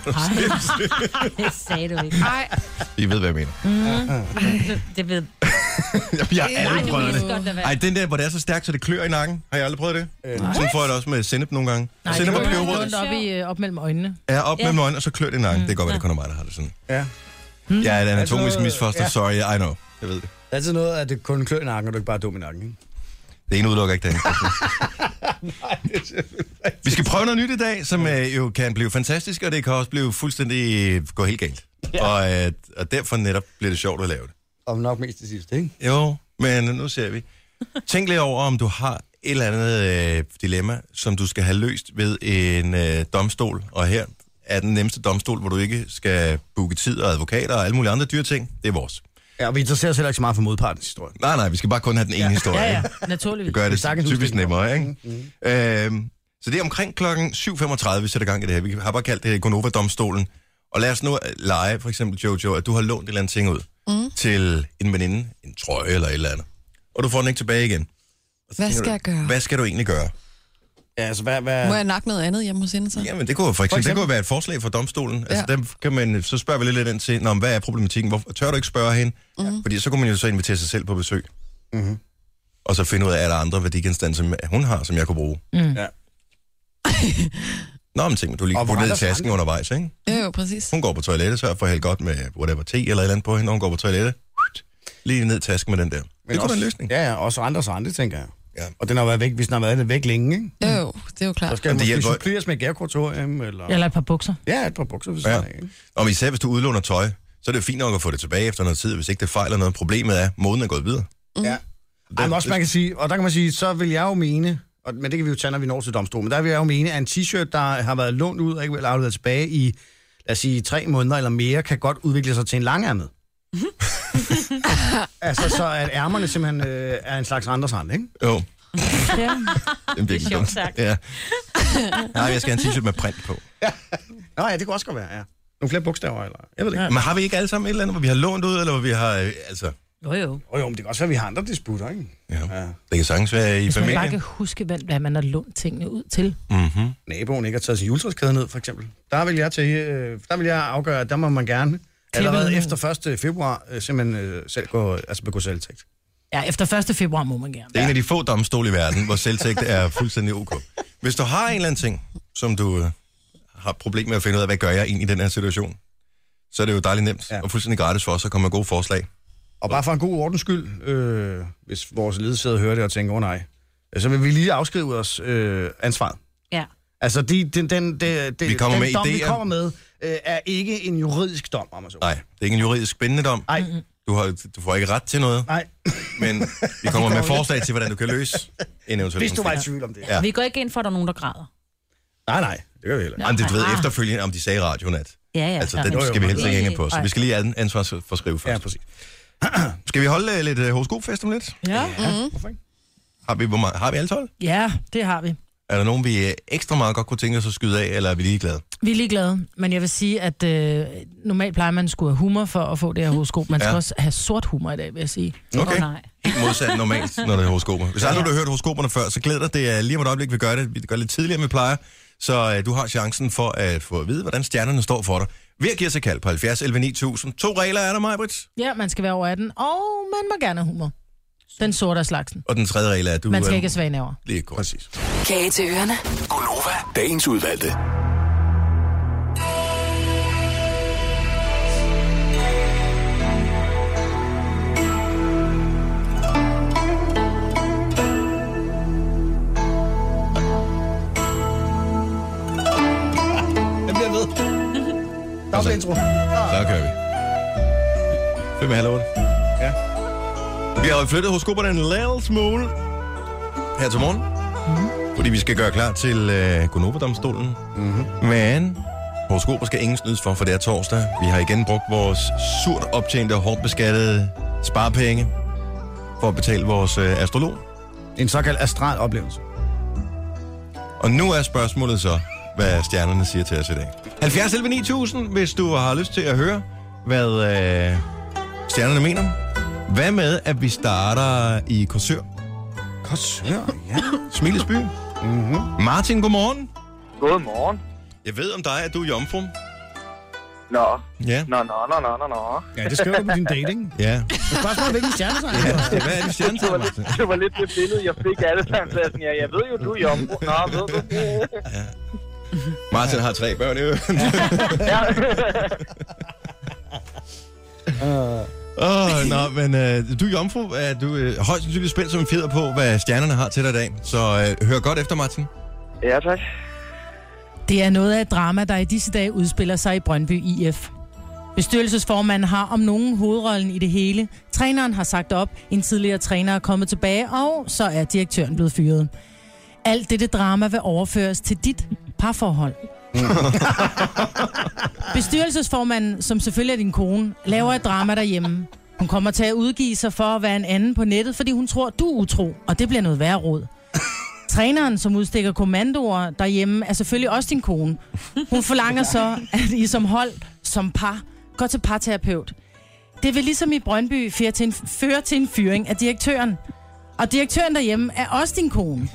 Det sagde du ikke. Nej, I ved, hvad jeg mener. Det ved... Jamen, jeg har Nej, aldrig det prøvet vidste det. godt, der Ej, den der, hvor det er så stærkt, så det klør i nakken. Har jeg aldrig prøvet det? Øh, Sådan får jeg det også med sennep nogle gange. Nej, Sennep det og går peberrod rundt op, i, øh, op mellem øjnene. er op Ja. med munden, og så klør det i nakken. Det kan godt være, det kun er mig, der har det sådan. Ja. Jeg er et anatomisk Altså, misfoster. ja. Sorry, I know. Jeg ved det. Det er altid noget, at det kun klør i nakken, og du ikke bare er dum i nakken, ikke? Det ene udelukker ikke det andet. Vi skal prøve noget nyt i dag, som øh, jo kan blive fantastisk, og det kan også blive fuldstændig gå helt galt. Ja. Og, øh, og derfor netop bliver det sjovt at lave det. Og nok mest til sidst, ikke? Jo, men nu ser vi. Tænk lige over, om du har et eller andet øh, dilemma, som du skal have løst ved en øh, domstol. Og her er den nemmeste domstol, hvor du ikke skal booke tid og advokater og alle mulige andre dyre ting. Det er vores. Ja, og vi interesserer os heller ikke så meget for modpartens historie. Nej, nej, vi skal bare kun have den ene ja. historie. Ja, ja, ikke? naturligvis. Det gør Vi det sagtens typisk huske det. nemmere, ikke? Mm-hmm. Øhm, så det er omkring klokken syv femogtredive, vi sætter gang i det her. Vi har bare kaldt det Gonova-domstolen. Og lad os nu lege, for eksempel Jojo, at du har lånt et eller andet ting ud mm. til en veninde, en trøje eller et eller andet. Og du får den ikke tilbage igen. Og så Hvad tænker skal jeg gøre? Hvad skal du egentlig gøre? Ja, altså, hvad... hvad... må jeg nakke noget andet hjemme hos hende så? Jamen, det kunne for eksempel, For eksempel? det kunne være et forslag fra domstolen. Altså, Ja. dem kan man, så spørger vi lidt, lidt ind til, Nå, hvad er problematikken? Hvorfor tør du ikke spørge hende? Mm. Fordi så kunne man jo så invitere sig selv på besøg. Mm-hmm. Og så finde ud af, er der andre værdigenstande, som hun har, som jeg kunne bruge. Mm. Ja. Nå, men tænk, du lige Og putte ned i andre tasken andre. undervejs, ikke? Jo, jo, præcis. Hun går på toilettet, sørger for at hælde godt med whatever, te eller et eller andet på hende, når hun går på toilettet. Lige ned i tasken med den der. Det kunne være en løsning. Ja, ja, også andre så andre, tænker jeg. Ja. Og den har været væk, hvis den har været væk længe, ikke? Jo, jo, det er jo klart. Så skal Men den det måske hjælper- suppleres med et gavekuratorium, eller... Eller et par bukser. Ja, et par bukser, hvis Ja. ja. ikke? Og især hvis du udlåner tøj, så er det jo fint nok at få det tilbage efter noget tid, hvis ikke det fejler noget. Problemet er, moden er gået videre. Ja. Ej, men også man kan sige, og der kan man sige, så vil jeg jo mene, og, men det kan vi jo tage, når vi når til domstolen, men der vil jeg jo mene, at en t-shirt, der har været lånt ud og ikke vil afleveret tilbage i, lad os sige, tre måneder eller mere, kan godt udvikle sig til en langærmet. Altså, så at ærmerne simpelthen øh, er en slags andre sand, ikke? Jo. Ja. Det er virkelig sjovt dumt. sagt. Ja. Nej, jeg skal have en t-shirt med print på. Nå ja, det kunne også godt være, ja. Nogle flere bogstaver, eller... Jeg ved det ikke. Ja. Men har vi ikke alle sammen et eller andet, hvor vi har lånt ud, eller hvor vi har... øh, Altså, Jo, jo. Jo, jo, men det kan også være, at vi har andre disputter, ikke? ja. Ja. Det kan sagtens være i Hvis man bare familien. kan huske, hvad, hvad man har lånt tingene ud til. Mm-hmm. Naboen ikke har taget sin juletræskæde ned, for eksempel. Der vil jeg, til, øh, der vil jeg afgøre, at der må man gerne allerede efter første februar øh, simpelthen øh, selv gå, altså begå selvtægt. Ja, efter første februar må man gerne. Det er en af de få domstole i verden, hvor selvtægt er fuldstændig ok. Hvis du har en eller anden ting, som du øh, har problemer med at finde ud af, hvad gør jeg egentlig i den her situation, så er det jo dejligt nemt Ja. og fuldstændig gratis for os at komme med gode forslag. Og bare for en god ordens skyld, øh, hvis vores ledsager hører det og tænker, åh oh, nej, så vil vi lige afskrive os øh, ansvaret. Ja. Altså, de, den, den, den, den, Vi kommer den med dom, vi idéer. kommer med, øh, er ikke en juridisk dom, om man så. Nej, det er ikke en juridisk bindende dom. Nej. Du, har, du får ikke ret til noget, Nej. men vi kommer med forslag til, hvordan du kan løse en eventuel Hvis du var i konflikt. tvivl om det. Ja. Vi går ikke ind for, at der er nogen, der græder. Nej, nej, det gør vi heller ikke. Jamen, det du ved Ah. efterfølgende, om de sagde i radioen, at Ja, ja. altså, ja. den Jo, jo, skal vi helst jo. ikke hænge på, så Nej. vi skal lige an- ansvarsforskrive først. Ja, præcis. Skal vi holde uh, lidt uh, horoskopfest om lidt? Ja. Ja, hvorfor ikke? Har vi, hvor meget, har vi alle tolv? Ja, det har vi. Er der nogen, vi øh, ekstra meget godt kunne tænke os at skyde af, eller er vi ligeglade? Vi er ligeglade, men jeg vil sige, at øh, normalt plejer man skulle have humor for at få det her horoskop. Man skal Ja. også have sort humor i dag, vil jeg sige. Okay. Åh, nej. Helt modsat normalt, når det er horoskoper. Hvis aldrig du har hørt horoskoperne før, så glæder dig. Det er lige om et øjeblik, vi gør det. Vi gør det lidt tidligere, end vi plejer. Så øh, du har chancen for at få at vide, hvordan stjernerne står for dig. Ved at give os et kald på halvfjerds elleve ni tusind. To regler er der, Maj-Brit. Ja, man skal være over atten, og man må gerne have humor. Den sorte af slagsen. Og den tredje regel er, at du... Man skal øh, ikke have svage næver. Lige kort. Præcis. Kage til ørerne. Gonova, dagens udvalgte. Jeg bliver ved. Dobbelt intro. Så kører vi. Fem og halv otte. Ja. Vi har jo flyttet horoskoperne en lille smule her til morgen. Mm-hmm. Fordi vi skal gøre klar til øh, Gonova-domstolen. Mm-hmm. Men horoskoper skal ingen snydes for, for det er torsdag. Vi har igen brugt vores surt optjente og hårdt beskattede sparepenge for at betale vores øh, astrolog. En såkaldt astral oplevelse. Og nu er spørgsmålet så, hvad stjernerne siger til os i dag. halvfjerds elleve ni tusind, hvis du har lyst til at høre, hvad øh, stjernerne mener. Hvad med, at vi starter i Korsør? Korsør, ja. Smilesby. Mm-hmm. Martin, godmorgen. Godmorgen. Jeg ved om dig, at du er jomfru. Nå. Ja. Nå, nå, nå, nå, nå, nå. Ja, det skriver du på din dating. Ja. Men spørgsmålet er, hvilken stjerne så er. Ja, hvad er det stjerne Det var, lidt, det var lidt det billede, jeg fik alle sammen. Så jeg sådan, ja, jeg ved jo, du er jomfru. Nå, ved du det? Ja. Martin har tre børn i øvrigt. Ja. Åh, oh, nå, men øh, du er jomfru. Er du øh, højst sandsynligt spændt som en fjeder på, hvad stjernerne har til dig i dag. Så øh, hør godt efter, Martin. Ja, tak. Det er noget af et drama, der i disse dage udspiller sig i Brøndby I F. Bestyrelsesformanden har om nogen hovedrollen i det hele. Træneren har sagt op, en tidligere træner er kommet tilbage, og så er direktøren blevet fyret. Alt dette drama vil overføres til dit parforhold. Bestyrelsesformanden, som selvfølgelig er din kone, laver et drama derhjemme. Hun kommer til at udgive sig for at være en anden på nettet, fordi hun tror, du er utro, og det bliver noget værre råd. Træneren, som udstikker kommandoer derhjemme, er selvfølgelig også din kone. Hun forlanger så, at I som hold, som par, går til parterapeut. Det vil ligesom i Brøndby føre til en, føre til en fyring af direktøren. Og direktøren derhjemme er også din kone.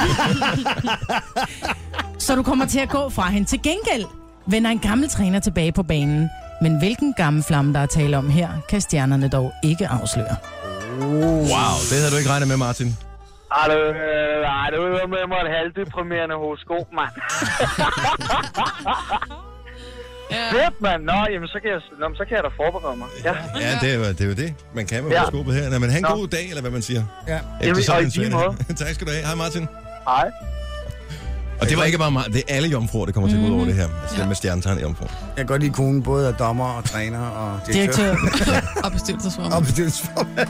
Så du kommer til at gå fra hende. Til gengæld vender en gammel træner tilbage på banen. Men hvilken gammel flamme, der er tale om her, kan stjernerne dog ikke afsløre. Wow, det havde du ikke regnet med, Martin. Ej, det, øh, ej, det var med mig et halvdeprimerende horoskop, mand. Fedt, mand. Nå, jamen, så kan jeg, nå, så kan jeg da forberede mig. Ja, Ja, det er, jo- det er jo det. Man kan med Ja. horoskopet her. Nå, men have en Nå. god dag, eller hvad man siger. Ja. Efter Jamen, sådan og i en lige svær- måde. Tak skal du have. Hej Martin. Hej. Og det var ikke bare mig. Det er alle jomfruer, der kommer til at gå ud over det her. Altså det med stjernetegn jomfru. Jeg kan godt lide konen, både er dommer og træner og direktør. Direktør. Og bestyrelsesformand. Og bestyrelsesformand.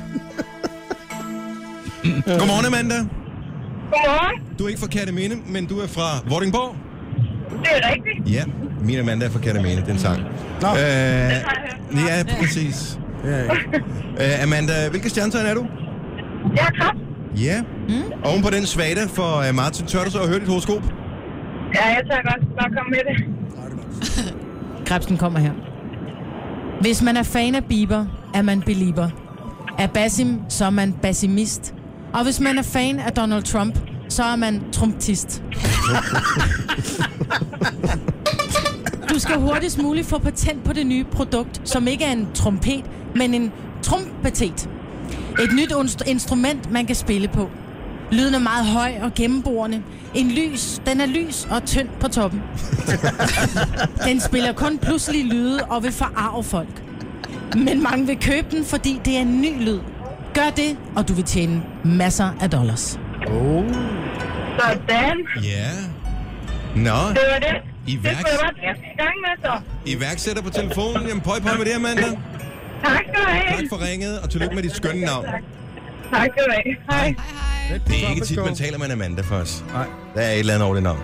Godmorgen, Amanda. Godmorgen. Du er ikke fra Kerteminde, men du er fra Vordingborg. Det er rigtigt. Ja, min Amanda er fra Kerteminde. Det er en sang. Nå. Øh, Det har jeg ja, præcis. Ja, ja. Øh, Amanda, hvilke stjernetegn er du? Jeg er kraft. Ja. Mm. Oven på den svada for uh, Martin, tør du så at høre dit horoskop? Ja, jeg tager godt. Bare kom med det. Krebsen kommer her. Hvis man er fan af Bieber, er man belieber. Er Basim, så er man basimist. Og hvis man er fan af Donald Trump, så er man trumptist. Du skal hurtigst muligt få patent på det nye produkt, som ikke er en trompet, men en trumpetet. Et nyt inst- instrument, man kan spille på. Lyden er meget høj og gennemborende. En lys, den er lys og tynd på toppen. Den spiller kun pludselig lyde og vil forarve folk. Men mange vil købe den, fordi det er en ny lyd. Gør det, og du vil tjene masser af dollars. Oh. Sådan. Ja. Nå, Det var det. Det iværks... skulle jeg bare tage i gang med, så. iværksætter på telefonen. Jamen, pøj, pøj med det, Amanda. Tak skal du have. Tak for ringet, og tillykke med dit skønne navn. Tak skal du have. Hej. Det er ikke tit, man taler med en Amanda for os. Nej. Der er et eller andet over det navn.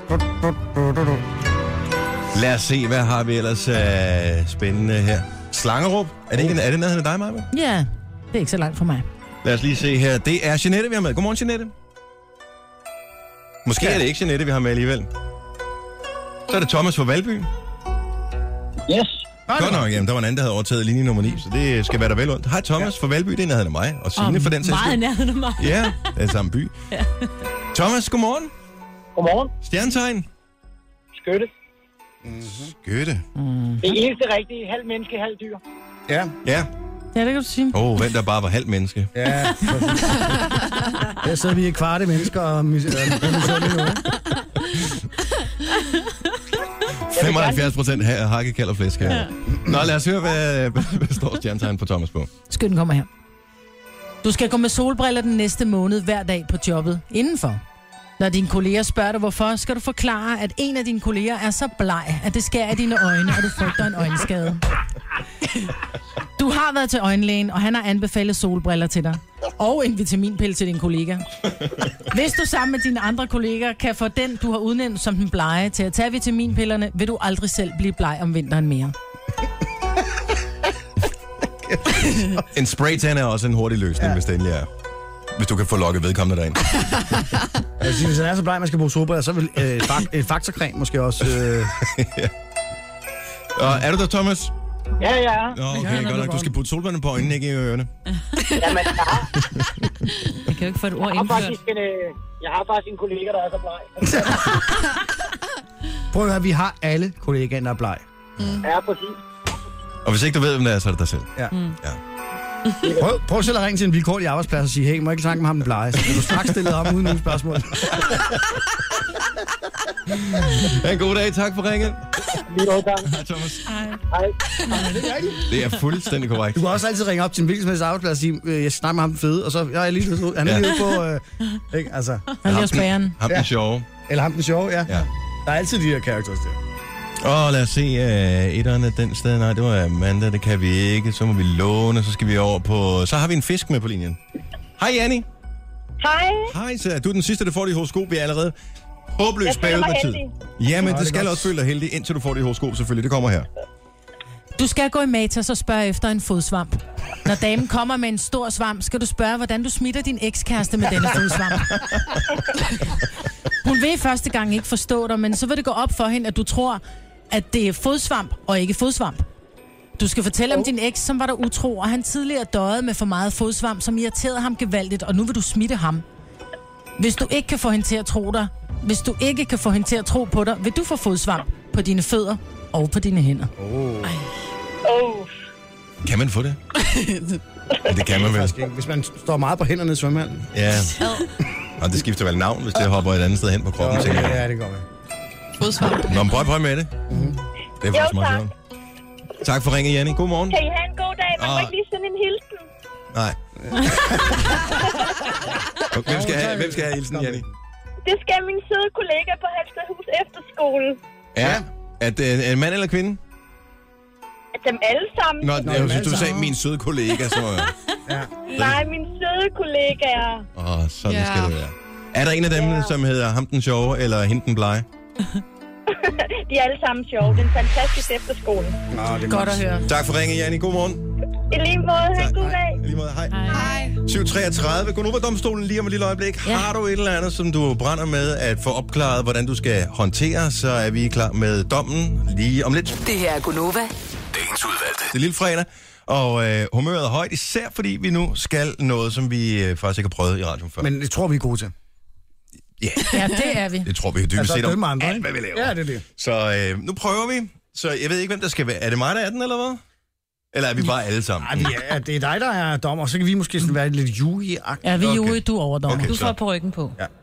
Lad os se, hvad har vi ellers uh, spændende her. Slangerup. Er det ikke er det nærheden af dig, Maja? Ja, det er ikke så langt for mig. Lad os lige se her. Det er Jeanette, vi har med. Godmorgen, Jeanette. Måske ja. er det ikke Jeanette, vi har med alligevel. Så er det Thomas fra Valby. Yes. Godt nok, jamen, der var en anden, der havde overtaget linje nummer ni, så det skal være der vel ondt. Hej Thomas fra Valby, det er nærheden af mig, og Signe for den sags Meget skyld. nærheden af mig. Ja, det er samme by. Ja. Thomas, godmorgen. Godmorgen. Stjernetegn. Skytte. Skytte. Mm. Det eneste rigtige. Halv menneske, halv dyr. Ja. Ja. Ja, det kan du sige. Åh, oh, hvem der bare var halvt menneske. Ja. Her sidder vi i kvarte mennesker og mis- og misundelige nu, ikke? femoghalvfjerds procent ha- hakkekald og flæsk her. Ja. Nå, lad os høre, hvad, hvad står stjernetegn på Thomas på. Skytten kommer her. Du skal gå med solbriller den næste måned hver dag på jobbet indenfor. Når dine kolleger spørger dig hvorfor, skal du forklare, at en af dine kolleger er så bleg, at det skærer i dine øjne, og du frygter en øjenskade. Du har været til øjenlægen, og han har anbefalet solbriller til dig. Og en vitaminpille til din kollega. Hvis du sammen med dine andre kolleger kan få den, du har udnævnt som den blege, til at tage vitaminpillerne, vil du aldrig selv blive bleg om vinteren mere. En spraytan er også en hurtig løsning, ja. Hvis det endelig er. Hvis du kan få lukket vedkommende derind. Altså, hvis han er så bleg, man skal bruge solbriller, så vil øh, fak- et faktorcreme måske også... Øh... Ja. Og er du der, Thomas? Ja, ja. Nå, okay, godt nok. Du skal putte solbrillerne på øjnene, ikke i ørerne. Jamen, ja. Jeg kan jo ikke få et ord Jeg har indført. faktisk en, øh, jeg har faktisk en kollega, der er så bleg. Prøv at høre, vi har alle kollegaer, der er bleg. Mm. Ja, præcis. Og hvis ikke du ved, hvem det er, så er det dig selv. Ja. Mm. Ja. Prøv, prøv selv at ringe til en vilkårlig arbejdsplads og sige, hey, må jeg ikke snakke med ham den blege? Så kan du straks stille ham uden nogen spørgsmål. Ha' en god dag. Tak for ringet. Lige noget, tak. Hej, Thomas. Hej. Hej. Det er fuldstændig korrekt. Du kan også altid ringe op til en hvilken som helst arbejdsplads og sige, øh, jeg snakker med ham den fede, og så jeg er lige ude. Han er Ja. lige ude på... Øh, ikke? Altså, Han lige spæren. Ham den Ja. sjove. eller ham den sjove, ja. Ja. Der er altid de her characters der. Og lad os se, uh, etterne den sted. Nej, det var Amanda, det kan vi ikke. Så må vi låne, så skal vi over på... Så har vi en fisk med på linjen. Hej, Janni. Hej. Hej, så du er den sidste, der får dit horoskop. Vi er allerede håbløst Jeg føler bagud mig med tid. heldig. Ja, men Nå, det det er skal godt. også føle dig heldig, indtil du får dit horoskop selvfølgelig. Det kommer her. Du skal gå i Matas og spørge efter en fodsvamp. Når damen kommer med en stor svamp, skal du spørge, hvordan du smitter din ekskæreste med denne fodsvamp. Hun vil første gang ikke forstå dig, men så vil det gå op for hende, at du tror, at det er fodsvamp og ikke fodsvamp. Du skal fortælle om din eks, som var der utro, og han tidligere døjede med for meget fodsvamp, som irriterede ham gevaldigt, og nu vil du smitte ham. Hvis du ikke kan få hende til at tro dig, hvis du ikke kan få hende til at tro på dig, vil du få fodsvamp på dine fødder og på dine hænder. Oh. Oh. Kan man få det? Ja, det kan man vel. Faktisk ikke. Hvis man står meget på hænderne i svømmehallen. Ja. Og det skifter vel navn, hvis det hopper et andet sted hen på kroppen. Ja, tænker jeg. ja, det går med. Fodsvamp. Nå, men prøv, prøv med det. Mm-hmm. Det er faktisk Jo, meget tak. sjovt. Tak for ringe, Janni. God morgen. Kan I have en god dag? Man må Ah. ikke lige sende en hilsen. Nej. Hvem skal have, hvem skal have hilsen, Janni? Det skal min søde kollega på Halstedhus Efterskole. Ja. Er det en mand eller kvinde? Dem alle sammen. Nå, jeg synes, du sagde min søde kollega, så... Ja. Nej, min søde kollegaer. Åh, oh, sådan Ja. skal det være. Er der en af dem, Ja. som hedder ham den sjove, eller hende den blege? De er alle sammen sjove. Det er en fantastisk efterskole. Nå, det er Godt at høre. Tak for ringen, Janni. God morgen. I lige måde. Ha' en god dag. I lige måde. Hej. Hej. syv treogtredive. Gå nu på domstolen lige om et lille øjeblik. Ja. Har du et eller andet, som du brænder med at få opklaret, hvordan du skal håndtere, så er vi klar med dommen lige om lidt. Det her er Gunova. Dagens udvalgte. Det er lille fredag, og øh, humøret er højt, især fordi vi nu skal noget, som vi øh, faktisk ikke har prøvet i radioen før. Men det tror vi er gode til. Ja, Ja, det er vi. det tror vi dybest Altså, set om dømme andre, alt, ikke? hvad vi laver. Ja, det er det. Så øh, nu prøver vi. Så jeg ved ikke, hvem der skal være. Er det mig, der er den, eller hvad? Eller er vi bare alle sammen? Ej, vi er, det er dig, der er dommer, så kan vi måske sådan være lidt jury-agtige. Ja, vi er Okay. jury, du er overdommer. Okay, Du så. får på ryggen på. Ja.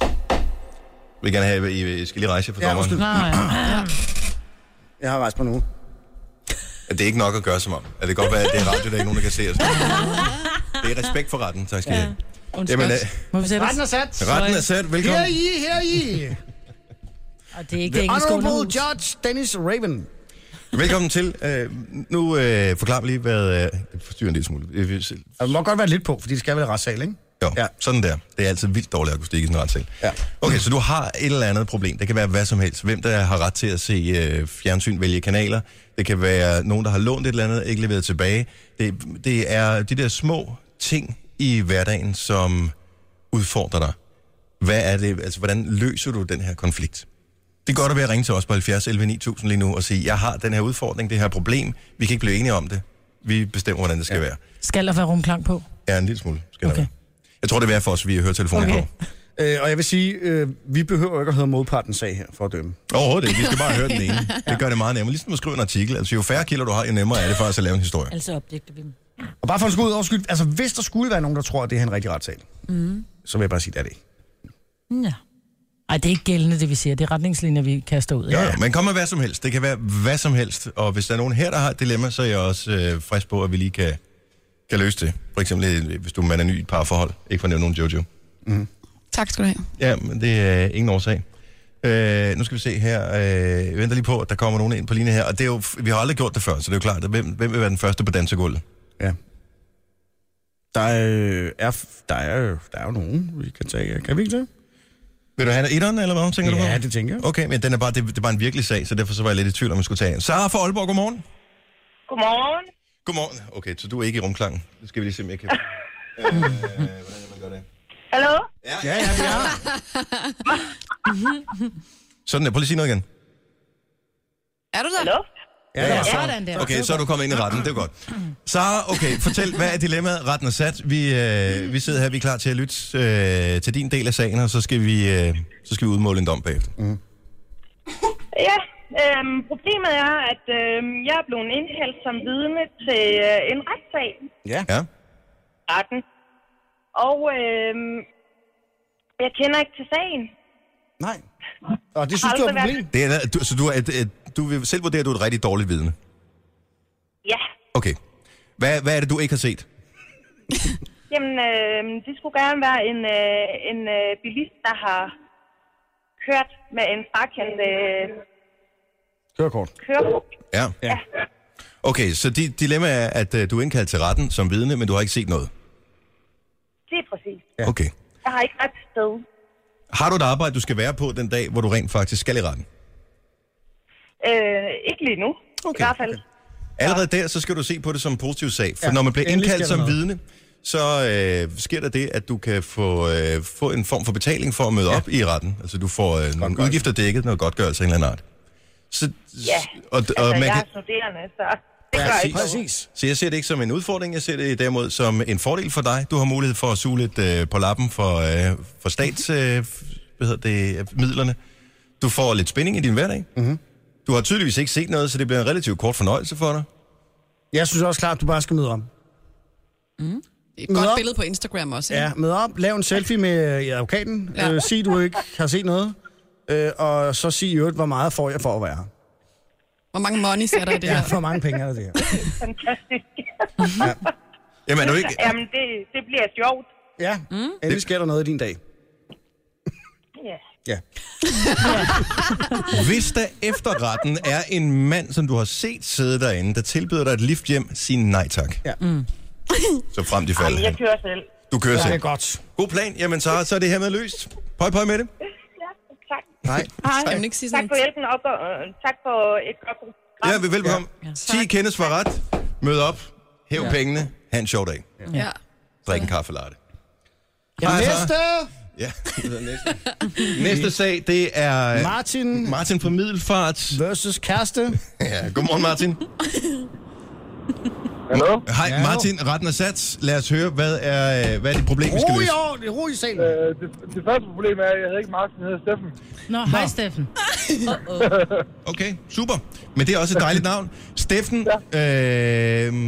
vil gerne have, I I skal lige rejse jer for Ja, dommeren. undskyld. Nej, ja. Jeg har rejst på nu. Det er ikke nok at gøre som om. At det kan godt være, at det er radio, der er ikke nogen, der kan se os. Det er respekt for retten, tak skal I have. Jamen, øh, Må vi sætte Retten er sat. retten er sat. Velkommen. Her I, her I. Og det er ikke The engelsk Honorable underhus. Judge Dennis Raven. Velkommen til. Uh, nu uh, forklarer vi lige, hvad... Uh, det forstyrrer en lille smule. Uh, Der må godt være lidt på, fordi det skal være retssal, ikke? Jo, ja. Sådan der. Det er altid vildt dårlig akustik i sådan en retssal. Ja. Okay, så du har et eller andet problem. Det kan være hvad som helst. Hvem der har ret til at se uh, fjernsyn, vælge kanaler. Det kan være nogen, der har lånt et eller andet, ikke leveret tilbage. Det, det er de der små ting i hverdagen, som udfordrer dig. Hvad er det? Altså, hvordan løser du den her konflikt? Det er godt at være at ringe til os på halvfjerds elleve ni tusind lige nu og sige, jeg har den her udfordring, det her problem. Vi kan ikke blive enige om det. Vi bestemmer, hvordan det skal ja. være. Skal der være rumklang på? Ja, en lille smule skal Okay. der være. Jeg tror, det er værd for os, at vi hører telefonen Okay. på. Øh, og jeg vil sige, øh, vi behøver ikke at høre modpartens sag her for at dømme. Overhovedet ikke. Vi skal bare høre den ene. Det gør det meget nemmere. Ligesom at skrive en artikel. Altså, jo færre kilder du har, jo nemmere er det faktisk at lave en historie. Altså opdigter vi dem. Og bare for at skulle ud over skyld, altså hvis der skulle være nogen, der tror, at det er en rigtig retssag, Mm. så vil jeg bare sige, det er det ikke. Ja. Ej, det er ikke gældende, det vi siger. Det er retningslinjer, vi kaster ud. Ja, ja. Men kom med hvad som helst. Det kan være hvad som helst. Og hvis der er nogen her, der har et dilemma, så er jeg også øh, frisk på, at vi lige kan, kan løse det. For eksempel, hvis du man er ny i et parforhold. Ikke for at nævne nogen Jojo. Mm. Tak skal du have. Ja, men det er ingen årsag. Øh, nu skal vi se her. Øh, jeg venter lige på, at der kommer nogen ind på linje her. Og det er jo, vi har aldrig gjort det før, så det er jo klart. At hvem, hvem vil være den første på dansegulvet? Ja. Der er, er, der er, jo, der er jo nogen, vi kan tage. Kan vi ikke det? Vil du have etteren, eller hvad tænker ja, du på? Ja, det tænker jeg. Okay, men den er bare, det, det er bare en virkelig sag, så derfor så var jeg lidt i tvivl, om jeg skulle tage en. Sara fra Aalborg, godmorgen. Godmorgen. Godmorgen. Okay, så du er ikke i rumklangen. Det skal vi lige se, om jeg kan... øh, hvordan er man gør det? Hallo? Ja, ja, ja, det er. Sådan der, prøv lige at sige noget igen. Er du der? Hallo? Ja, ja, Sådan der. Okay, så er du kommet ind i retten, det er godt. Sara, okay, fortæl, hvad er dilemmaet? Retten er sat. Vi, øh, vi sidder her, vi er klar til at lytte øh, til din del af sagen, og så skal vi, øh, så skal vi udmåle en dom bagefter. Mm. Ja, øhm, problemet er, at øhm, jeg er blevet indkaldt som vidne til øh, en retssag. Ja. Ja. Retten. Og øhm, jeg kender ikke til sagen. Nej. Og det synes du er et problem? Det er, du, så du, er, et, du vil selv vurdere, at du er et rigtig dårligt vidne? Ja. Okay. Hvad, hvad er det, du ikke har set? Jamen, øh, det skulle gerne være en, øh, en øh, bilist, der har kørt med en frakendt øh, Kørekort. kørekort. Ja. Ja. Okay, så dit dilemma er, at uh, du er indkaldt til retten som vidne, men du har ikke set noget? Det er præcis. Ja. Okay. Jeg har ikke ret sted. Har du et arbejde, du skal være på den dag, hvor du rent faktisk skal i retten? Øh, ikke lige nu, okay. I hvert fald. Okay. Allerede der, så skal du se på det som en positiv sag. For Ja, når man bliver endelig indkaldt sker der som noget. vidne, så øh, sker der det, at du kan få, øh, få en form for betaling for at møde ja. op i retten. Altså du får øh, nogle udgifter dækket, noget godtgørelse af en eller anden art. Så, Ja, og, altså og man jeg kan, er studerende, så det gør præcis. ikke noget. Præcis. Så jeg ser det ikke som en udfordring, jeg ser det derimod som en fordel for dig. Du har mulighed for at suge lidt øh, på lappen for, øh, for stats, øh, hvad hedder det, midlerne. Du får lidt spænding i din hverdag. Mm-hmm. Du har tydeligvis ikke set noget, så det bliver en relativt kort fornøjelse for dig. Jeg synes også klart, at du bare skal møde op. Mm. Det er et Mød godt op. billede på Instagram også, ikke? Ja, mød op, lav en selfie med øh, advokaten, Ja. øh, sig, du ikke har set noget, øh, og så sig i øvrigt, hvor meget får jeg for at være her. Hvor mange monies er der i det Ja, her? for mange penge er der det her. Fantastisk. Ja. Jamen, er du ikke... Jamen, det, det bliver sjovt. Ja, mm. endelig sker der noget i din dag. Ja. Ja. Hvis der efter retten er en mand, som du har set sidde derinde, der tilbyder dig et lift hjem, sig nej tak. Ja. Mm. Så frem til faldet. Jamen, jeg kører selv. Du kører Ja, selv. det er godt. God plan. Jamen, så, så er det her med løst. Pøj, pøj med det. Ja, tak. Nej. Hej. Kan man ikke sige Tak sådan? for hjælpen, og uh, tak for et godt program. Ja, velbekomme. Ja. ti kendes for ret. Mød op. Hæv ja. pengene. Ha' en sjov dag. Ja. Drik en kaffe latte. Ja, næste! Ja, næste. Næste sag, det er... Martin. Martin fra Middelfart. Versus kæreste. Ja, godmorgen Martin. Hallo? Hej Ja, Martin, retten er sat. Lad os høre, hvad er, hvad er dit problem, vi skal Ro i løse? år, det er ro i salen. Øh, det, det første problem er, at jeg hedder ikke Martin, jeg hedder Steffen. Nå, hej Steffen. Okay, super. Men det er også et dejligt navn. Steffen, ja. øh,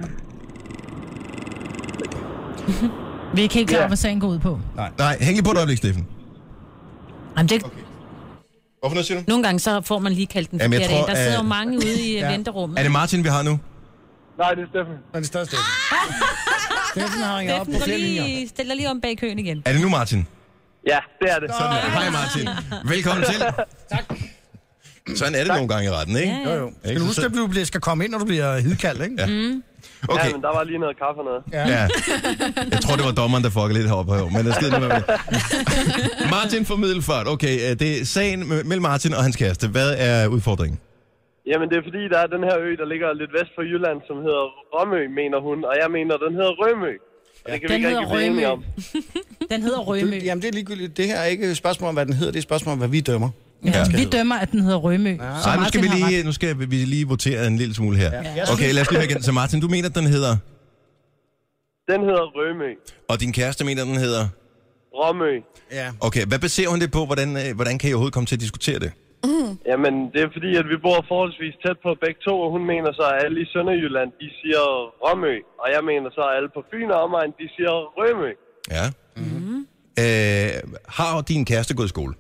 Vi er ikke helt klar, Ja. hvad sagen går ud på. Nej. nej, hæng lige på et øjeblik, Steffen. Jamen, det, Okay. Hvorfor noget siger du? nogle gange så får man lige kaldt den Jamen, jeg forkerte tror, ind. Der sidder at- jo mange ude i ja. venterummet. Er det Martin, vi har nu? Nej, det er Steffen. Men det er stadig Steffen. Steffen har ringet op på Steffen, gå flere linjer. lige, stil dig lige om bag køen igen. Er det nu Martin? Ja, det er det. Sådan er det. Hej Martin. Velkommen til. Tak. Sådan er det nogle gange i retten, ikke? Ja, Jo, jo. Skal du huske, at du bliver- skal komme ind, når du bliver hidkaldt, ikke? Ja. Mm. Okay. Ja, men der var lige noget kaffe og noget. Ja. Ja. Jeg tror, det var dommeren, der fuckede lidt heroppe her, men der skete det med det. Martin fra Middelfart. Okay, det er sagen mellem Martin og hans kæreste. Hvad er udfordringen? Jamen, det er fordi, der er den her ø, der ligger lidt vest for Jylland, som hedder Rømø, mener hun. Og jeg mener, den hedder Rømø. Og det kan Den vi ikke hedder rigtig blive enige Rømø. om. Den hedder Rømø. Det, jamen, det er ligegyldigt. Det her er ikke et spørgsmål om, hvad den hedder. Det er et spørgsmål om, hvad vi dømmer. Ja, vi dømmer, at den hedder Rømø. Ja. Nej, nu skal, vi lige, nu skal vi lige votere en lille smule her. Ja. Okay, lad os lige høre igen. Så Martin, du mener, at den hedder... Den hedder Rømø. Og din kæreste mener, den hedder... Rømø. Ja. Okay, hvad baserer hun det på? Hvordan, øh, hvordan kan I overhovedet komme til at diskutere det? Mm. Jamen, det er fordi, at vi bor forholdsvis tæt på begge to, og hun mener så, at alle i Sønderjylland, de siger Rømø. Og jeg mener så, at alle på Fyn og omegn, de siger Rømø. Ja. Mm-hmm. Øh, har din kæreste gået i skole?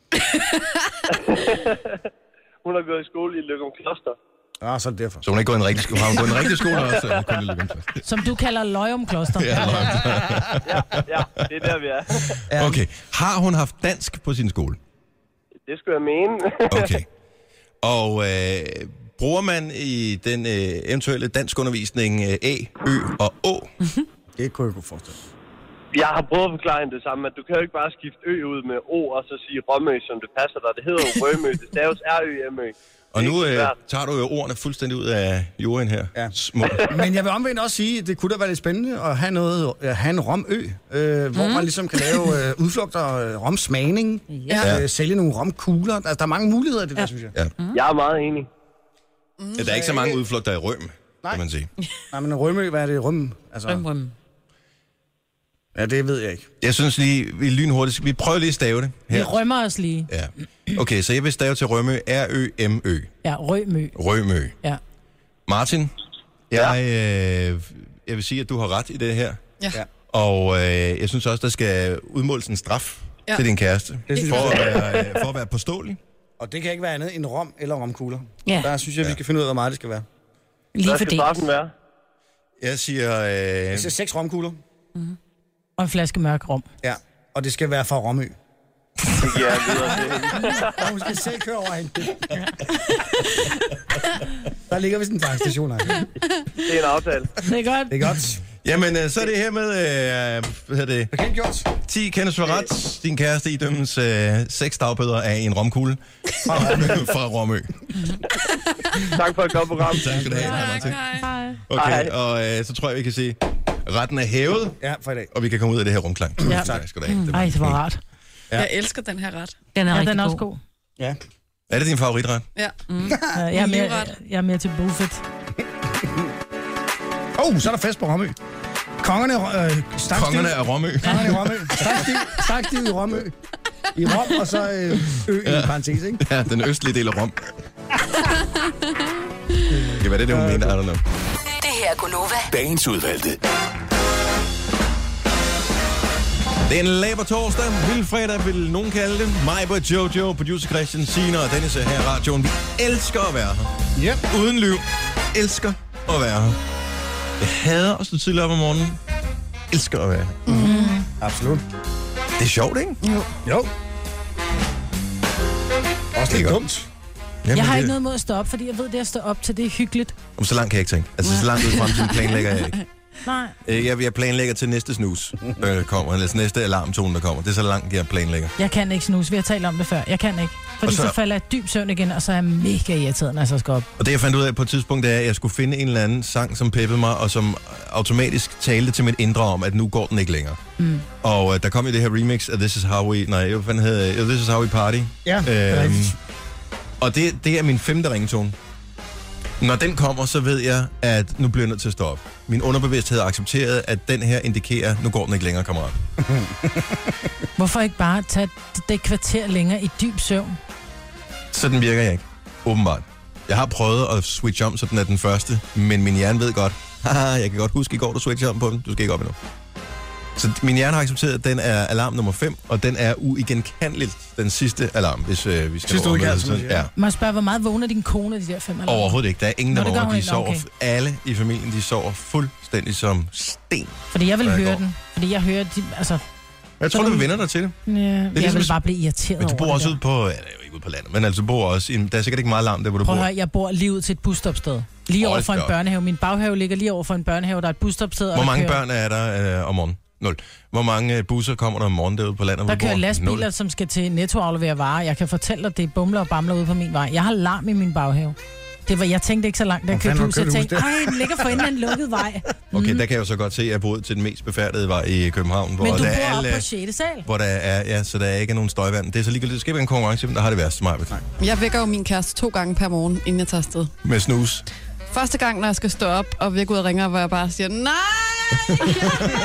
Hun har gået i skole i Løgum Kloster. Ah, så er det derfor. Så hun har ikke gået i en rigtig skole. Har hun gået i en rigtig skole også? Eller kun i Løgum Kloster? Som du kalder Løgum Kloster. Ja, Løgum. Ja, ja, det er der, vi er. Okay. Har hun haft dansk på sin skole? Det skulle jeg mene. Okay. Og øh, bruger man i den øh, eventuelle danskundervisning øh, Æ, Ø og Å? Det kunne jeg kunne forestille. Jeg har prøvet at forklare hende det samme, at du kan jo ikke bare skifte Ø ud med O, og så sige Rømø, som det passer dig. Det hedder jo Rømø, det staves R-Ø-M-Ø. Og nu øh, tager du jo ordene fuldstændig ud af juryen her. Ja. Små. Men jeg vil omvendt også sige, at det kunne da være lidt spændende at have, noget, at have en romø, øh, hvor mm. man ligesom kan lave øh, udflugter, øh, romsmagning, Ja. øh, sælge nogle romkugler. Altså, der er mange muligheder i det ja. der, synes jeg. Ja. Mm. Jeg er meget enig. Mm. Ja, der er ikke så mange udflugter i Røm, Nej. kan man sige. Nej, men Rømø, hvad er det? Røm? Altså, Røm, røm. Ja, det ved jeg ikke. Jeg synes lige, vi lynhurtigt, vi prøver lige at stave det Vi her. rømmer os lige. Ja. Okay, så jeg vil stave til Rømø, R-Ø-M-Ø. Ja, Rømø. Rømø. Ja. Martin, jeg, øh, jeg vil sige, at du har ret i det her. Ja. Ja. Og øh, jeg synes også, der skal udmåles en straf Ja. ja. til din kæreste. Det synes For jeg. at, være, øh, for at være påståelig. Og det kan ikke være andet end rom eller romkugler. Ja. Der synes jeg, vi skal finde ud af, hvor meget det skal være. Lige Hvad for skal det. straffen være? Jeg siger... Øh, Jeg siger seks romkugler. Og en flaske mørk rom. Ja, og det skal være fra Romø. Ja, videre til. Og hun skal selv køre over hende. Der ligger vist en tankstation her. Det er en aftale. Det er godt. Det er godt. Jamen, øh, så er det her med... Øh, hvad hedder det? Bekendt gjort. ti kendes for ret. Din kæreste idømmes øh, seks dagbøder af en romkugle fra Romø. Tak for et godt program. Tak skal du have. Hej, Martin. Hej. Okay, Hej. og øh, så tror jeg, vi kan sige, retten er hævet, Ja, for i dag. og vi kan komme ud af det her rumklang. Ja. Tak skal du have. Det Ej, var- det var rart. Ja. Jeg elsker den her ret. Den er Ja, rigtig den er også god. god. Ja. Er det din favoritret? Ja. Ja, jeg, er mere, Livret. jeg er mere til buffet. Åh, oh, så er der fest på Romø. Kongerne, øh, stak Kongerne stiv. af Romø. Kongerne i Romø. Stak stiv, stak stiv i Romø. I Rom, og så øh, ø i parentes, ikke? Ja, den østlige del af Rom. Det var det, det hun mente, I don't know. Det her er Gunova. Dagens udvalgte. Det er en laber torsdag, vild fredag vil nogen kalde det. Mig på Jojo, producer Christian, Signe og Dennis er her i radioen. Vi elsker at være her. Yep. Uden liv. Elsker at være her. Jeg hader at stå tidligere op om morgenen. Elsker at være her. Mm-hmm. Absolut. Det er sjovt, ikke? Jo. Jo. Også lidt dumt. Jamen, jeg har det... ikke noget mod at stå op, fordi jeg ved, det at stå op til, det er hyggeligt. Om så langt kan jeg ikke tænke. Altså, så langt ud i fremtiden planlægger jeg ikke. Nej. Jeg, jeg planlægger til næste snus, der kommer. Eller næste alarmtone, der kommer. Det er så langt, jeg planlægger. Jeg kan ikke snus. Vi har talt om det før. Jeg kan ikke. Fordi så... så falder jeg dyb søvn igen, og så er jeg mega irriteret, når jeg så skal op. Og det, jeg fandt ud af på et tidspunkt, det er, at jeg skulle finde en eller anden sang, som peppede mig, og som automatisk talte til mit indre om, at nu går den ikke længere. Mm. Og uh, der kom jo det her remix af This Is How We... Nej, hvad fanden hedder This Is How We Party. Ja, øhm, og det, det er min femte ringtone. Når den kommer, så ved jeg, at nu bliver jeg nødt til at stå op. Min underbevidsthed har accepteret, at den her indikerer, nu går den ikke længere, kammerat. Hvorfor ikke bare tage det kvarter længere i dyb søvn? Sådan virker jeg ikke. Åbenbart. Jeg har prøvet at switch om, så den er den første, men min hjerne ved godt, haha, jeg kan godt huske i går, du switchede om på den. Du skal ikke op endnu. Så min hjerne har accepteret, at den er alarm nummer fem, og den er uigenkendeligt den sidste alarm, hvis øh, vi skal sidste udkald, ja. Må jeg spørge, hvor meget vågner din kone de der fem alarmer? Overhovedet ikke. Der er ingen, der vågner. De ikke. sover, Okay. alle i familien, de sover fuldstændig som sten. Fordi jeg vil høre den. Fordi jeg hører, de, altså... Jeg tror, du vender dig til det. Ja, det jeg ligesom, vil bare blive irriteret men du bor over også det ude på... Ja, ikke ude på landet, men altså du bor også... I, der er sikkert ikke meget larm der, hvor du Prøv bor. at høre, jeg bor lige ud til et busstopsted. Lige over for en børnehave. Min baghave ligger lige over for en børnehave, der er et busstopsted. Hvor mange kører... børn er der øh, om morgenen? Nul. Hvor mange busser kommer der om morgenen derude på landet? Der kører lastbiler, som skal til Netto aflevere varer. Jeg kan fortælle dig, det er bumler og bamler ude på min vej. Jeg har larm i min baghave. Det var, jeg tænkte ikke så langt, da jeg kørte hus. Jeg tænkte, ej, den ligger for enden af en lukket vej. Mm. Okay, der kan jeg jo så godt se, at jeg bor til den mest befærdede vej i København. Hvor Men du der bor er oppe alle, på sjette sal. Hvor der er, ja, så der er ikke nogen støjvand. Det er så ligegyldigt. Det skal være en konkurrence, der har det værste smart. Jeg vækker jo min kæreste to gange per morgen, inden jeg tager afsted. Med snus. Første gang, når jeg skal stå op og vække ud og ringer, hvor jeg bare siger, nej, jeg vil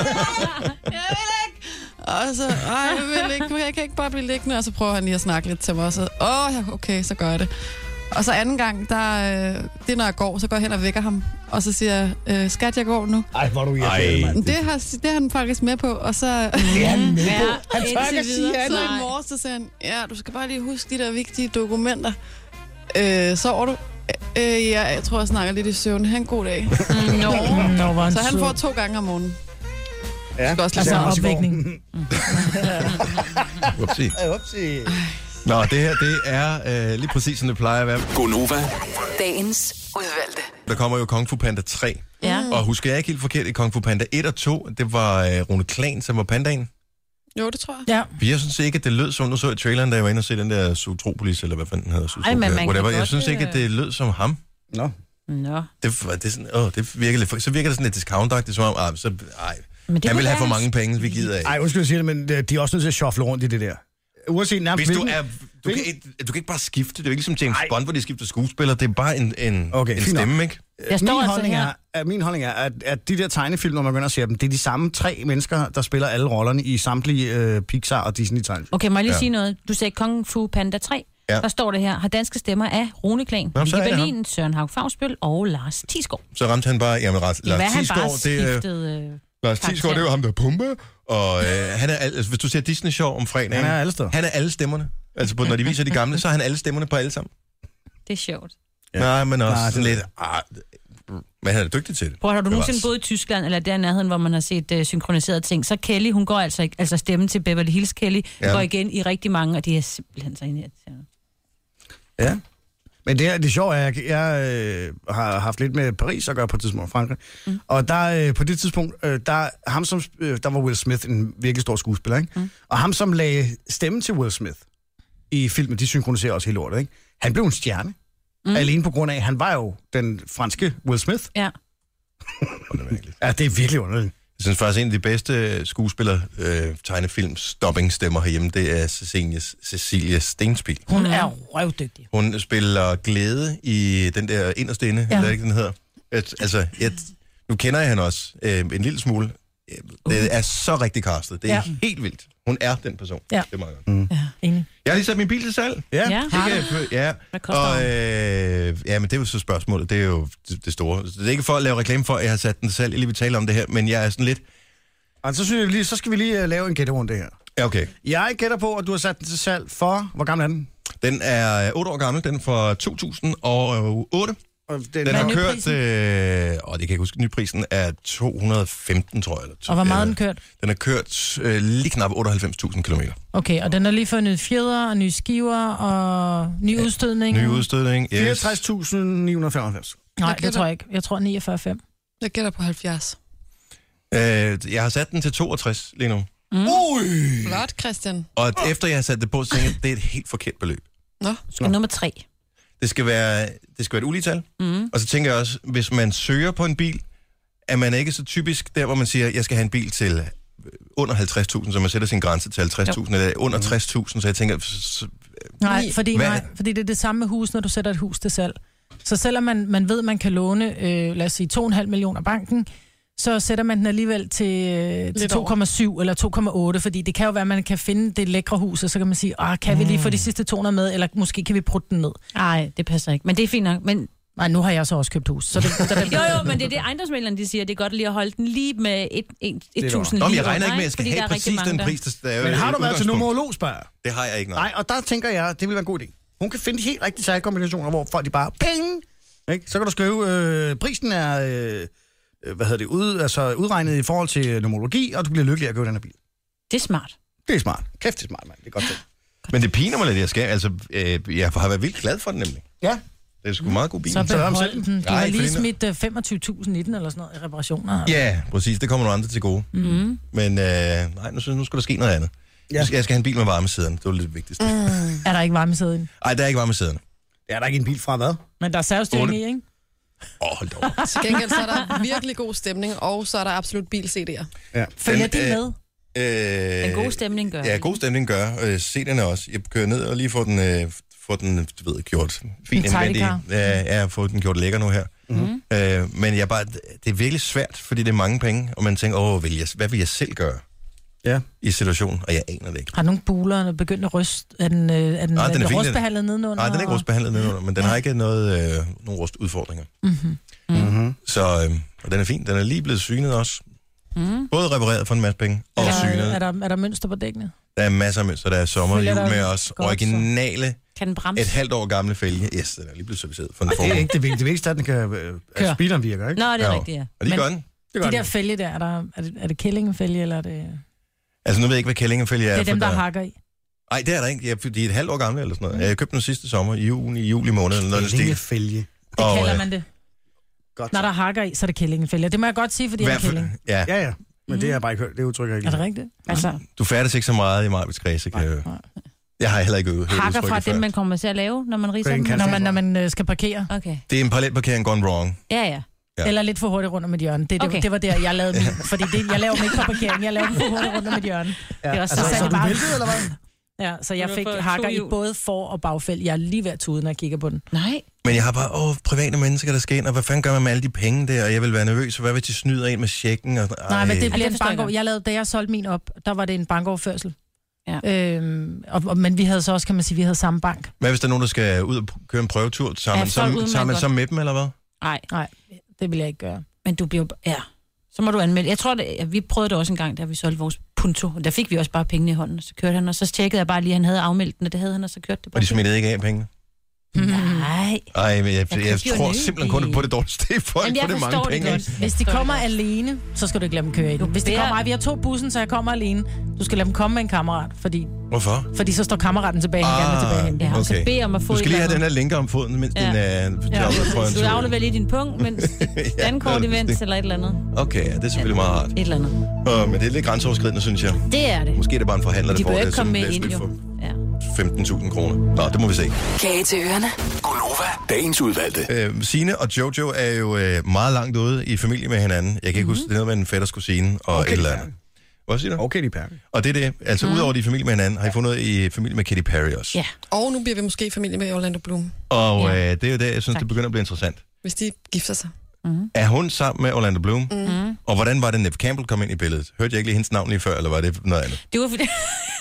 ikke. Og så, ej, jeg vil ikke, jeg kan ikke bare blive liggende. Og så prøver han lige at snakke lidt til mig, og så, åh, ja, okay, så gør jeg det. Og så anden gang, der, øh, det er når jeg går, så går jeg hen og vækker ham. Og så siger jeg, øh, skat, jeg går nu. Ej, hvor er du irriterende, mand. Det har, det har han faktisk med på, og så... Det er han med ja, på. Han tør ikke at sige Så andet. i morges, så siger han, ja, du skal bare lige huske de der vigtige dokumenter. Øh, sover du? Øh, ja, jeg tror, jeg snakker lidt i søvn. Ha' en god dag. Mm, no. no, så han får to gange om morgenen. Ja, skal også altså opvækning. Upsi. Upsi. Nå, det her, det er øh, lige præcis, som det plejer at være. Gonova. Dagens udvalgte. Der kommer jo Kung Fu Panda tre. Ja. Og husker jeg ikke helt forkert i Kung Fu Panda et og to, det var øh, Rune Klan, som var pandaen. Jo, det tror jeg. Ja. Jeg synes ikke, at det lød som, nu så jeg traileren, da jeg var inde og se den der Zootropolis, eller hvad fanden den hedder. Ej, men man kan Whatever. Jeg godt, synes ikke, at det lød som ham. Nå. Nå. Det, det, er sådan, åh, det virker lidt, så virker det sådan lidt discountagtigt, som om, ah, så, ej, han vil have for mange penge, vi gider ikke. Ej, undskyld at sige det, men de er også nødt til at shuffle rundt i det der. Uanset nærmest Hvis du er, du kan, ikke, du kan ikke bare skifte, det er jo ikke ligesom James Ej. Bond, hvor de skifter skuespiller, det er bare en, en, okay, en stemme, ikke? Jeg står min, altså holdning her. er, at, min holdning er, at, at de der tegnefilm, når man begynder at se dem, det er de samme tre mennesker, der spiller alle rollerne i samtlige øh, Pixar og Disney-tegnefilm. Okay, må jeg lige Ja. sige noget? Du sagde Kung Fu Panda tre. Ja. Der står det her, har danske stemmer af Rune Klan, Nå, så er Mikke det Berlin, Søren Haug Fagsbøl og Lars Thiesgaard. Så ramte han bare, jamen, Lars, Hvad Lars han bare Thiesgaard, det er... skiftet... Øh, Lars Thiesgaard, det er jo ham, der er pumpe, og øh, han er, al- altså, hvis du ser Disney-show om fredagen, Han er alle steder. han er alle stemmerne. Altså, på, når de viser de gamle, så er han alle stemmerne på alle sammen. det er sjovt. Ja. Nej, men også Nej, sådan det- lidt... Ah, men han er dygtig til det. Prøv, har du Det nogensinde var- boet i Tyskland, eller der nærheden, hvor man har set uh, synkroniserede ting, så Kelly, hun går altså ikke, altså stemmen til Beverly Hills Kelly, Ja. går igen i rigtig mange, og det er simpelthen så irriterende. Ja. Men det, er, det sjove er, at jeg, jeg øh, har haft lidt med Paris at gøre på et tidspunkt, Frankrig. Mm. Og der, øh, på det tidspunkt, øh, der, ham som, øh, der var Will Smith en virkelig stor skuespiller, ikke? Mm. Og ham, som lagde stemme til Will Smith i filmen, de synkroniserer også hele lortet, ikke? Han blev en stjerne. Mm. Alene på grund af, at han var jo den franske Will Smith. Ja. Ja, det er virkelig underligt. Jeg synes faktisk, en af de bedste skuespillere, øh, tegnefilms, dubbing-stemmer herhjemme, det er Cecilie, Cecilie Stenspil. Hun er røvdygtig. Hun spiller glæde i den der inderste ende, ja. Eller ikke den hedder. Et, altså, et, nu kender jeg hende også øh, en lille smule. Det er så rigtig castet. Det er ja. helt vildt. Hun er den person. Ja. Det er meget godt. Mm. Ja, enig. Jeg har lige sat min bil til salg. Ja, Ja. Det kan jeg, fø- ja. Hvad koster og, den? øh, ja, men det er jo så spørgsmålet. Det er jo det, det store. Så det er ikke for at lave reklame for, at jeg har sat den til salg. Jeg lige vil tale om det her, men jeg er sådan lidt... Og så, synes jeg lige, så skal vi lige uh, lave en gætterunde her. Ja, okay. Jeg gætter på, at du har sat den til salg for... Hvor gammel er den? Den er otte år gammel. Den er fra to tusind og otte. Og den, den har kørt... Øh, åh, det kan jeg ikke huske. Nyprisen er to hundrede og femten, tror jeg. Eller og hvor meget den kørt? Den har kørt øh, lige knap otteoghalvfems tusind kilometer. Okay, og den har lige fået nye fjeder og nye skiver og ny udstødning. Ny udstødning, yes. fireogtres tusind ni hundrede og femoghalvfems. Nej, det tror jeg ikke. Jeg tror niogfyrre komma fem. Jeg gætter på halvfjerds. Øh, jeg har sat den til toogtres lige nu. Mm. Ui! Flot, Christian. Og efter jeg har sat det på, så tænker jeg, det er et helt forkert beløb. Nå. Skal nummer tre. Det skal være, det skal være et uligetal. Mm. Og så tænker jeg også, hvis man søger på en bil, er man ikke så typisk der, hvor man siger, jeg skal have en bil til under halvtreds tusind, så man sætter sin grænse til halvtreds tusind, eller under tres tusind, så jeg tænker... Så, nej, fordi, nej, fordi det er det samme med hus, når du sætter et hus til salg. Så selvom man, man ved, man kan låne, øh, lad os sige, to komma fem millioner af banken, så sætter man den alligevel til, øh, til to komma syv eller to komma otte, fordi det kan jo være, at man kan finde det lækre hus, og så kan man sige, ah, kan vi lige få de sidste to hundrede med, eller måske kan vi prutte den ned. Nej, det passer ikke, men det er fint nok. Men... Nej, nu har jeg så også købt hus. Så det, så det... jo, jo, men det er det, ejendomsmæglerne, de siger, det er godt lige at holde den lige med et, et, et tusind lige. Nå, jeg regner ikke med, at jeg skal have præcis den pris, der er. Men har du været til numerolog, spørger? Det har jeg ikke, nej. Nej, og der tænker jeg, det vil være en god idé. Hun kan finde de helt rigtige sejlkombinationer, hvor folk de bare, penge! Ikke? Så kan du skrive, øh, prisen er, øh, hvad hedder det, ud, altså udregnet i forhold til numerologi, og du bliver lykkelig at købe den her bil. Det er smart. Det er smart. Kæft, det er smart, mand. Det er godt det. Men det piner mig lidt, jeg skal. Altså, øh, jeg har været vildt glad for den nemlig. Ja. Det er sgu meget god bil. Så behold den. Du har lige smidt uh, femogtyve tusind i den, eller sådan noget, i reparationer. Ja, præcis. Det kommer nogle andre til gode. Mm-hmm. Men øh, nej, nu synes jeg, nu skal der ske noget andet. Ja. Jeg skal have en bil med varmesæderne. Det var det vigtigste. Mm. Er der ikke varmesæderne? Nej, der er ikke varmesæderne. Er der ikke en bil fra hvad? Men der er servostyring i, ikke? Åh, oh, hold da op. Til gengæld så er der virkelig god stemning, og så er der absolut bil-C D'er. Ja. Følger de med? Øh, en god stemning gør. Ja, god stemning gør. Øh, CD'erne også. Jeg kører ned og lige får den, øh, får den du ved, gjort fint indvendigt. Ja, jeg har fået den gjort lækker nu her. Mm-hmm. Øh, men jeg bare, det er virkelig svært, fordi det er mange penge, og man tænker, åh, vil jeg, hvad vil jeg selv gøre? Ja. I situationen, og jeg aner det ikke. Har nogle buler, der begyndt at ryste? Er den, øh, er den, nej, er den er den fin, rustbehandlet nedenunder? Nej, den er ikke rustbehandlet nedenunder, men den ja. har ikke noget, øh, nogen rustudfordringer. Mm-hmm. Mm-hmm. Så øh, og den er fin. Den er lige blevet synet også. Mm. Både repareret for en masse penge, og er, synet. Er der, er der mønster på dækkene? Der er masser af mønster. Der er sommer og jul med os. Godt, originale, kan den bremse? et halvt år gamle fælge. Yes, den er lige blevet serviceret for en det er ikke det vigtigste. Det vigtigste er, at den kan, øh, speederen virker, ikke? Nå, det er ja. rigtigt, ja. Og de gør den. Det de der fælge der, er, der, er det, er det kællingefælge, eller er det... Altså, nu ved jeg ikke, hvad kællingefælge er. Det er dem, der, der hakker i. Nej, det er der ikke. Ja, de er et halvt år gamle eller sådan noget. Jeg købte den sidste sommer, i juni, i juli måned. Eller noget det kællingefælge. Det kalder man det. Godt. Når der hakker i, så er det kællingefælge. Det må jeg godt sige, fordi jeg er kælling. Ja, ja. ja. Men mm. det har jeg bare ikke hørt. Det udtrykker jeg ikke. Er det rigtigt? Altså... Du færdes ikke så meget i Marvids kredse, kan jeg Jeg har heller ikke øvet. Hakker fra dem, man kommer til at lave, når man riser dem? Når man, når man øh, skal parkere. Okay. Det er en parallelparkering gone wrong. Ja, ja. Ja. Eller lidt for hurtigt rundt om et hjørne. Det, okay. det, det var der, jeg lavede min. Fordi det, jeg lavede dem ikke på parkering, jeg lavede dem for hurtigt rundt om et hjørne. Ja. Det var så, altså, så, så du bare... væltede, eller hvad? Ja, så jeg fik hakker i både for- og bagfælg. Jeg er lige ved at tude, når jeg kigger på den. Nej. Men jeg har bare, åh, private mennesker, der skal ind, og hvad fanden gør man med alle de penge der? Og jeg vil være nervøs, og hvad hvis de snyder ind med checken? Og, nej, men det bliver en bankover. Jeg lavede, da jeg solgte min op, der var det en bankoverførsel. Ja. Øhm, og, og, men vi havde så også, kan man sige, vi havde samme bank. Hvad hvis der er nogen, der skal ud og køre en prøvetur? Sammen, ja, sammen, sammen, sammen med dem, eller hvad? Nej. Nej, det vil jeg ikke gøre. Men du bliver... Ja. Så må du anmelde. Jeg tror, det, ja, vi prøvede det også en gang, da vi solgte vores Punto. Der fik vi også bare pengene i hånden, og så kørte han, og så tjekkede jeg bare lige, at han havde afmeldt den, og det havde han, og så kørte det bare. Og de smittede ikke af pengene? Nej. Ej, men jeg, jeg, jeg tror simpelthen kun på det dårligste folk, for det mange penge. Det Hvis de kommer alene, så skal du ikke lade dem køre i den. Hvis de kommer, vi har to bussen, så jeg kommer alene. Du skal lade dem komme med en kammerat, fordi... Hvorfor? Fordi så står kammeraten tilbage, han gerne vil tilbage hen. Ja, okay. Så bed om at få du skal lige have den her lænke om foden, mens ja. din... Uh, ja. Du afleverer lige din punkt, mens den kort imens, eller et eller andet. Okay, ja, det er selvfølgelig meget rart. Et eller andet. Uh, men det er lidt grænseoverskridende, synes jeg. Det er det. Måske er det bare en forhandler, der de får det. De bør ikke komme med ind, jo. Ja. femten tusind kroner. Nå, det må vi se. Kage til ørerne. Gonova, dagens udvalgte. Øh, Signe og Jojo er jo øh, meget langt ude i familie med hinanden. Jeg kan ikke mm-hmm. huske, det er noget med en fætters kusine og okay, et eller andet. Hvad siger du? Okay, Katy Perry. Og det er det. Altså, mm. udover de familie med hinanden, har I fundet i familie med Katy Perry også. Ja. Og nu bliver vi måske i familie med Orlando Bloom. Og ja. øh, det er jo det, jeg synes, tak. Det begynder at blive interessant. Hvis de gifter sig. Mm-hmm. Er hun sammen med Orlando Bloom? Mm-hmm. Og hvordan var det, Neve Campbell kom ind i billedet? Hørte jeg ikke lige hendes navn lige før, eller var det noget andet? Det var fordi...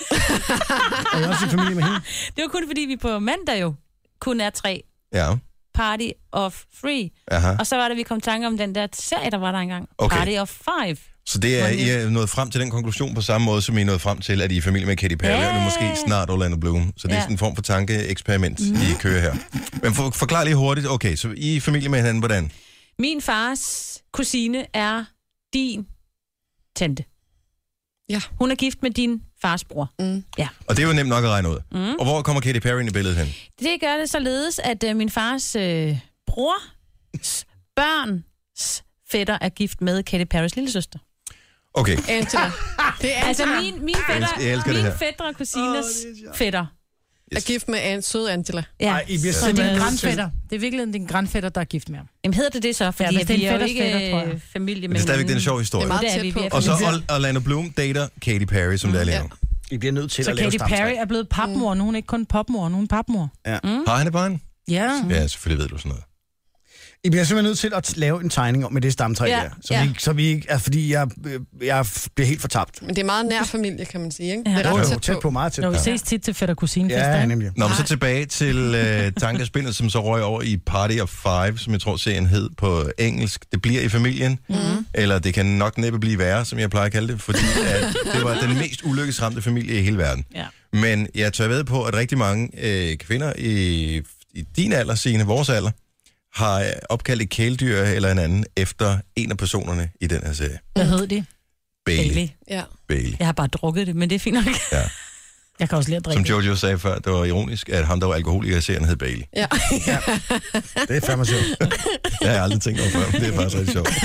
er jeg også i familie med hende? Det var kun fordi, vi på mandag jo kun er tre. Ja. Party of Three. Aha. Og så var det, vi kom i tanke om den der serie, der var der engang. Okay. Party of Five. Så det er, I er nået frem til den konklusion på samme måde, som I er nået frem til, at I er familie med Katy Perry, ja. Og nu måske snart Orlando Bloom. Så det er Ja. sådan en form for tankeeksperiment, mm. I kører her. Men for, forklar lige hurtigt. Okay, så I er familie med hinanden, hvordan? Min fars kusine er din tante. Ja. Hun er gift med din fars bror. Mm. Ja. Og det er jo nemt nok at regne ud. Mm. Og hvor kommer Katy Perry ind i billedet hen? Det gør det således, at øh, min fars øh, brors børns fætter er gift med Katy Perrys lillesøster. Okay. Angela. Det er Altså Angela. min, min fætter, Jeg elsker det min her. fætter og kusines fætter. Er gift med en sød Angela. Ja. Ej, I bliver Så det er simpelthen din nødt til- grandfætter. Det er virkelig din grandfætter, der er gift med ham. Jamen hedder det det så? Fordi Ja, ja, hvis det er vi en er jo fætters ikke fætter, tror jeg. øh, familie med Men det er stadigvæk det er en sjov historie. Det er meget Det er tæt vi, på. vi er Og så familie. Or- Orlando Bloom dater Katy Perry, som mm, det er lige ja. nu. I bliver nødt til Så at lave Katy stamtræ. Perry er blevet papmor. Nu er hun ikke kun popmor, nu er hun papmor. Ja. Mm. Har han et barn? Ja. Ja, selvfølgelig ved du sådan noget. I bliver simpelthen nødt til at lave en tegning om med det stamtræ Ja, der. Så, ja. vi, så vi ikke... Altså, fordi jeg, jeg bliver helt fortabt. Men det er meget nær familie, kan man sige, ikke? Ja. Det er Jo, ret jo, tæt tæt på. på, meget tæt Når på. vi ses tit til fætter kusinefest. Ja, nemlig. Nå, men så tilbage til øh, tankespindet, som så røg over i Party of Five, som jeg tror serien hed på engelsk. Det bliver i familien, mm. eller det kan nok næppe blive værre, som jeg plejer at kalde det, fordi at det var den mest ulykkesramte familie i hele verden. Ja. Men jeg tør ved på, at rigtig mange øh, kvinder i, i din alder, Signe, vores alder, har opkaldt et kæledyr eller en anden efter en af personerne i den her serie. Hvad hed de? Bailey. Bailey. Ja. Bailey. Jeg har bare drukket det, men det er fint nok. Ja. Jeg kan også lide at drikke. Som Jojo sagde før, det var ironisk, at ham, der var alkoholiker i serien, hed Bailey. Ja. Det er fandme sjovt. Det har jeg aldrig tænkt over før. Det er faktisk rigtig sjovt.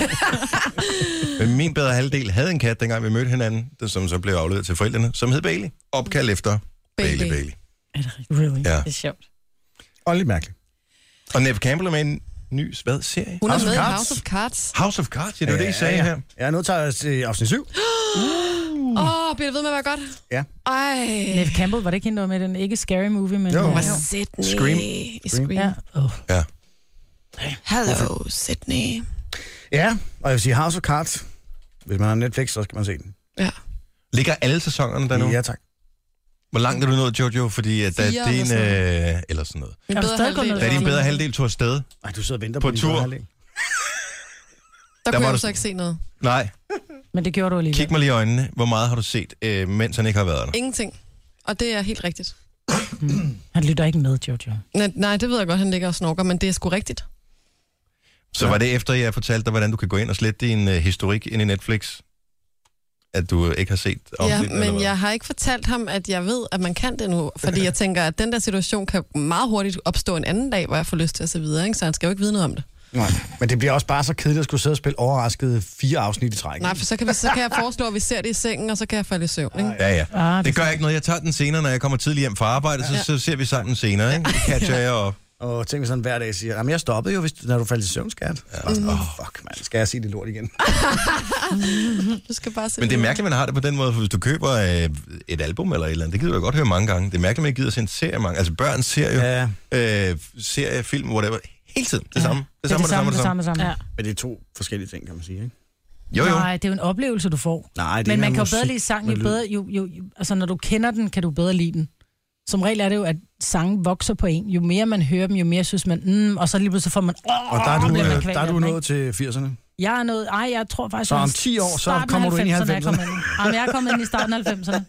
Men min bedre halvdel havde en kat, dengang vi mødte hinanden, der, som så blev afleveret til forældrene, som hed Bailey. Opkaldt efter Bailey Bailey. Bailey. Er det rigtigt? Really? Ja. Det er sjovt. Og lidt mærkeligt. Og Neve Campbell er med i en ny, hvad, serie? Hun er House of med i Cards. House of Cards. House of Cards, ja, det var det, I sagde ja. her. Jeg er nødt til at se afsnit syv. Åh, oh, bliver det ved med at være godt? Ja. Ej. Neve Campbell, var det ikke hende, der var med den? Ikke Scary Movie, men... Jo. Ja. Hvor Sydney. Scream. I Scream. Ja. Oh. Ja. Hello, Sydney. Ja, og jeg vil sige House of Cards. Hvis man har Netflix, så skal man se den. Ja. Ligger alle sæsonerne der nu? Ja, tak. Hvor langt er du nået, Jojo? Fordi at da Fire din... eller sådan Øh, eller sådan noget. Min Er du bedre stadig gået halvdel. ned? Da din Ja. bedre halvdel tog afsted. Ej, du sidder og venter På på, din tur. bedre halvdel. Der Der kunne var jeg jo der- så ikke se noget. Nej, Men det gjorde du alligevel. kig mig lige i øjnene. Hvor meget har du set, øh, mens han ikke har været der? Ingenting. Og det er helt rigtigt. Han lytter ikke med, Jojo. Nej, nej, det ved jeg godt, han ligger og snorker, men det er sgu rigtigt. Så var det efter, jeg fortalte dig, hvordan du kan gå ind og slette din øh, historik ind i Netflix? At du ikke har set Ja, afsnitten, eller men hvad? jeg har ikke fortalt ham, at jeg ved, at man kan det nu. Fordi jeg tænker, at den der situation kan meget hurtigt opstå en anden dag, hvor jeg får lyst til at se videre. Ikke? Så han skal jo ikke vide noget om det. Nej, men det bliver også bare så kedeligt at skulle sidde og spille overraskede fire afsnit i træk. Nej, for så kan, vi, så kan jeg foreslå, at vi ser det i sengen, og så kan jeg falde i søvn. Ikke? Ja, ja. Ah, Det gør ikke noget. Jeg tager den senere, når jeg kommer tidligt hjem fra arbejde, så, så ser vi sammen senere, ikke? Det catcher jeg op. Og tænk, hvis sådan hver dag siger, jamen jeg stoppede jo, hvis, når du faldt i søvn, skat. Ja. Åh, oh, fuck, mand, skal jeg sige det lort igen? Du skal bare se Men det er mærkeligt, man har det på den måde, for hvis du køber øh, et album eller et eller andet, det gider du godt høre mange gange. Det er mærkeligt, man ikke gider se en serie mange. Altså børn ser jo Ja. øh, serie, film, whatever, hele tiden. Det Ja. samme. Det Det er samme, det samme, det samme, det samme. Ja. Men det er to forskellige ting, kan man sige, ikke? Jo, jo. Nej, det er jo en oplevelse, du får. Nej, det Men er man mere kan jo musik bedre lide sang, med jo lyd. bedre, jo, jo, jo, altså når du kender den, kan du bedre lide den. Som regel er det jo, at sange vokser på en. Jo mere man hører dem, jo mere synes man, mm, og så lige pludselig får man, åh, Og der er du, bliver man øh, kvalt der er af du den, nået til firserne. ikke? Jeg er nået, ej, jeg tror faktisk... Så jeg om er ti år, så starten af kommer du ind i halvfemserne, halvfemserne. er jeg kommet ind. Jamen, jeg er kommet ind i starten af halvfemserne.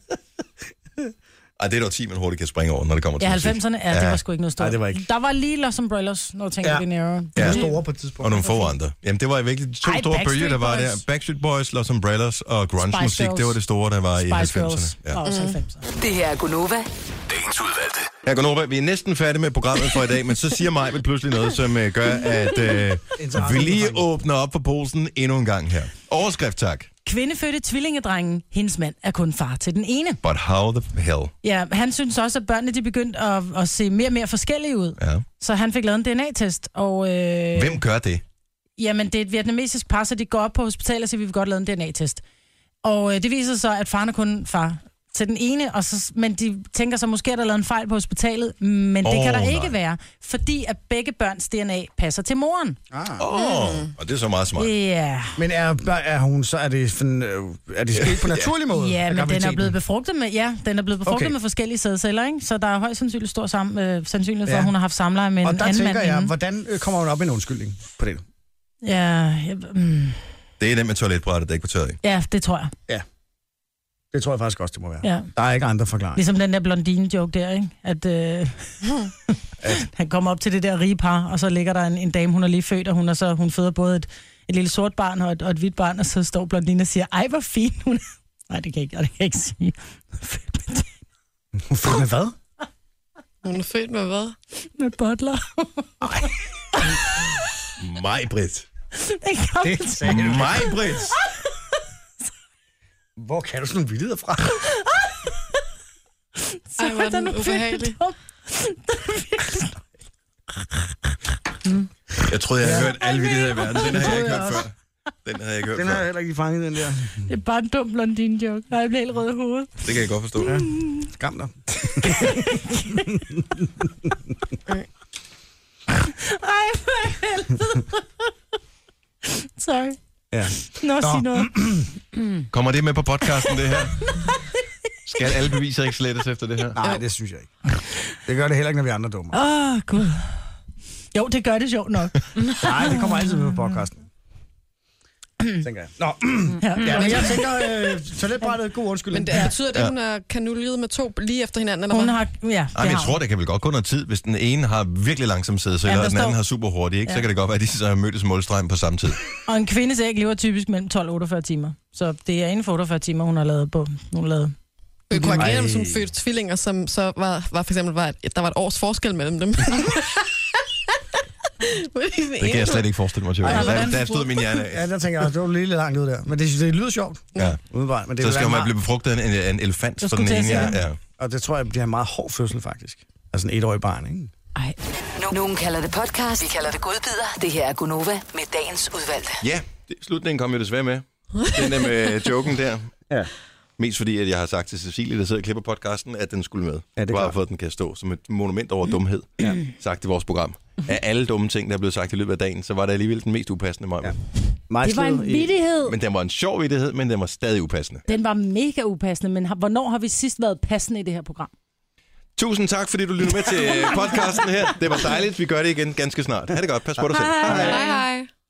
Ej, det er et årti, man hurtigt kan springe over, når det kommer til Ja, musik. halvfemserne, ja, det var sgu ikke noget stort. Nej, det var ikke. Der var lige Los Umbrellas, når jeg tænker Ja. ja. Dinero. De Ja. var store på et tidspunkt. Og nogle få andre. Jamen, det var virkelig de to Ej, store Backstreet bølger, der var Boys. der. Backstreet Boys, Los Umbrellas og Spice grunge-musik, Girls. det var det store, der var i Spice halvfemserne. Girls Ja. var også halvfemserne. Det her er Gunova. Dagens udvalgte. Ja, Gunova, vi er næsten færdige med programmet for i dag, men så siger Maj pludselig noget, som øh, gør, at øh, vi lige åbner op for posen endnu en gang her. Overskrift, tak. Kvindefødte tvillingedrengen, hendes mand er kun far til den ene. But how the hell? Ja, han synes også, at børnene de begyndte at, at se mere og mere forskellige ud. Ja. Så han fik lavet en D N A-test. Og, øh, Hvem gør det? Jamen, det er et vietnamesisk par, så de går op på hospitalet og siger, vi vil godt lave en D N A-test. Og øh, det viser så, at faren er kun far til den ene, og så, men de tænker så, måske er der lavet en fejl på hospitalet, men det Åh, kan der nej. ikke være, fordi at begge børns D N A passer til moren. Ah. Åh, oh, og det er så meget smart. Ja, Men er, er hun så, er det, sådan, øh, er det sket på naturlig måde? ja af men den er graviditeten? blevet befrugtet med, ja, den er blevet befrugtet Okay. okay. med forskellige sædceller, ikke? Så der er højst sandsynligt stor sam, øh, sandsynlighed for, Ja. at hun har haft samleje med Og en der anden tænker mand jeg, inden. hvordan øh, kommer hun op med en undskyldning på det? Ja, jeg, mm. Det er den med toiletbrættet, der ikke var tørret i. Ja, det tror jeg. Ja. Det tror jeg faktisk også, det må være. Ja. Der er ikke andre forklaringer. Ligesom den der blondine-joke der, ikke? At øh, han kommer op til det der rige par, og så ligger der en, en dame, hun er lige født, og hun, er så, hun føder både et, et lille sort barn og et, og et hvidt barn, og så står blondine og siger, ej, hvor fin hun er. Nej, det kan jeg ikke, det kan jeg ikke sige. Født med Hun født med hvad? Hun er født med hvad? Med bottler. Maj-Brit. Det sagde du. Maj-Brit. Hvor kan du sådan nogle billeder fra? Ej, hvor er den ubehagelig. Jeg troede, jeg havde hørt alle vittigheder i verden. Den har jeg ikke hørt før. Den havde jeg ikke hørt Den før. har jeg heller ikke fanget, den der. Det er bare en dum blondine-joke. Nej, jeg bliver helt rød i hovedet. Det kan jeg godt forstå. Ja. Skam dig. Ej, for helvede. Sorry. Ja. Nå, sig noget. Kommer det med på podcasten, det her? Skal alle beviser ikke slettes efter det her? Nej, det synes jeg ikke. Det gør det heller ikke, når vi andre dummer. Åh, oh, gud. Jo, det gør det sjovt nok. Nej, det kommer altid med på podcasten. Tænker jeg. Nå, ja, ja, men jeg tænker, øh, toiletbrættet, god undskyldning. Men det betyder det, at hun har kanuljet med to lige efter hinanden, eller Hun hvad? har, ja, Ej, men jeg tror, det kan vel godt gå noget tid. Hvis den ene har virkelig langsomt sædceller, Ja, og der den anden står- har super hurtigt, ikke? Ja. Så kan det godt være, at de så har mødtes målstregen på samme tid. Og en kvindes æg lever typisk mellem tolv og otteogfyrre timer. Så det er inden for otteogfyrre timer, hun har lavet på. Hun har lavet. Vi kunne have Ej. givet dem sådan født tvillinger, som så var, var for eksempel, var et, der var et års forskel mellem dem. Det kan jeg slet ikke forestille mig, Joey. Ej, Der, hvordan- der stod min hjerne af. Ja, der tænker jeg, det var lige lidt langt ud der. Men det, det lyder sjovt. Ja. Udenbart, men det Så vil skal være man meget- blive befrugtet af en, en elefant Jeg for skulle den til at ene. sige Ja. det. Og det tror jeg bliver en meget hård fødsel, faktisk. Altså en etårig barn, ikke? Ej. Nogen kalder det podcast, vi kalder det godbider. Det her er Gunova med dagens udvalgte. Ja, det, slutningen kom jo desværre med. Den der med joken der. Ja. Mest fordi, at jeg har sagt til Cecilie, der sidder og klipper podcasten, at den skulle med. Ja, det er Bare klart. for, at den kan stå som et monument over dumhed. Ja. Sagt i vores program. Af alle dumme ting, der er blevet sagt i løbet af dagen, så var det alligevel den mest upassende mig. Ja. Det var en vittighed. Men den var en sjov vittighed, men den var stadig upassende. Den var mega upassende, men har, hvornår har vi sidst været passende i det her program? Tusind tak, fordi du lyttede med til podcasten her. Det var dejligt. Vi gør det igen ganske snart. Ha' det godt. Pas på dig selv. Hej hej.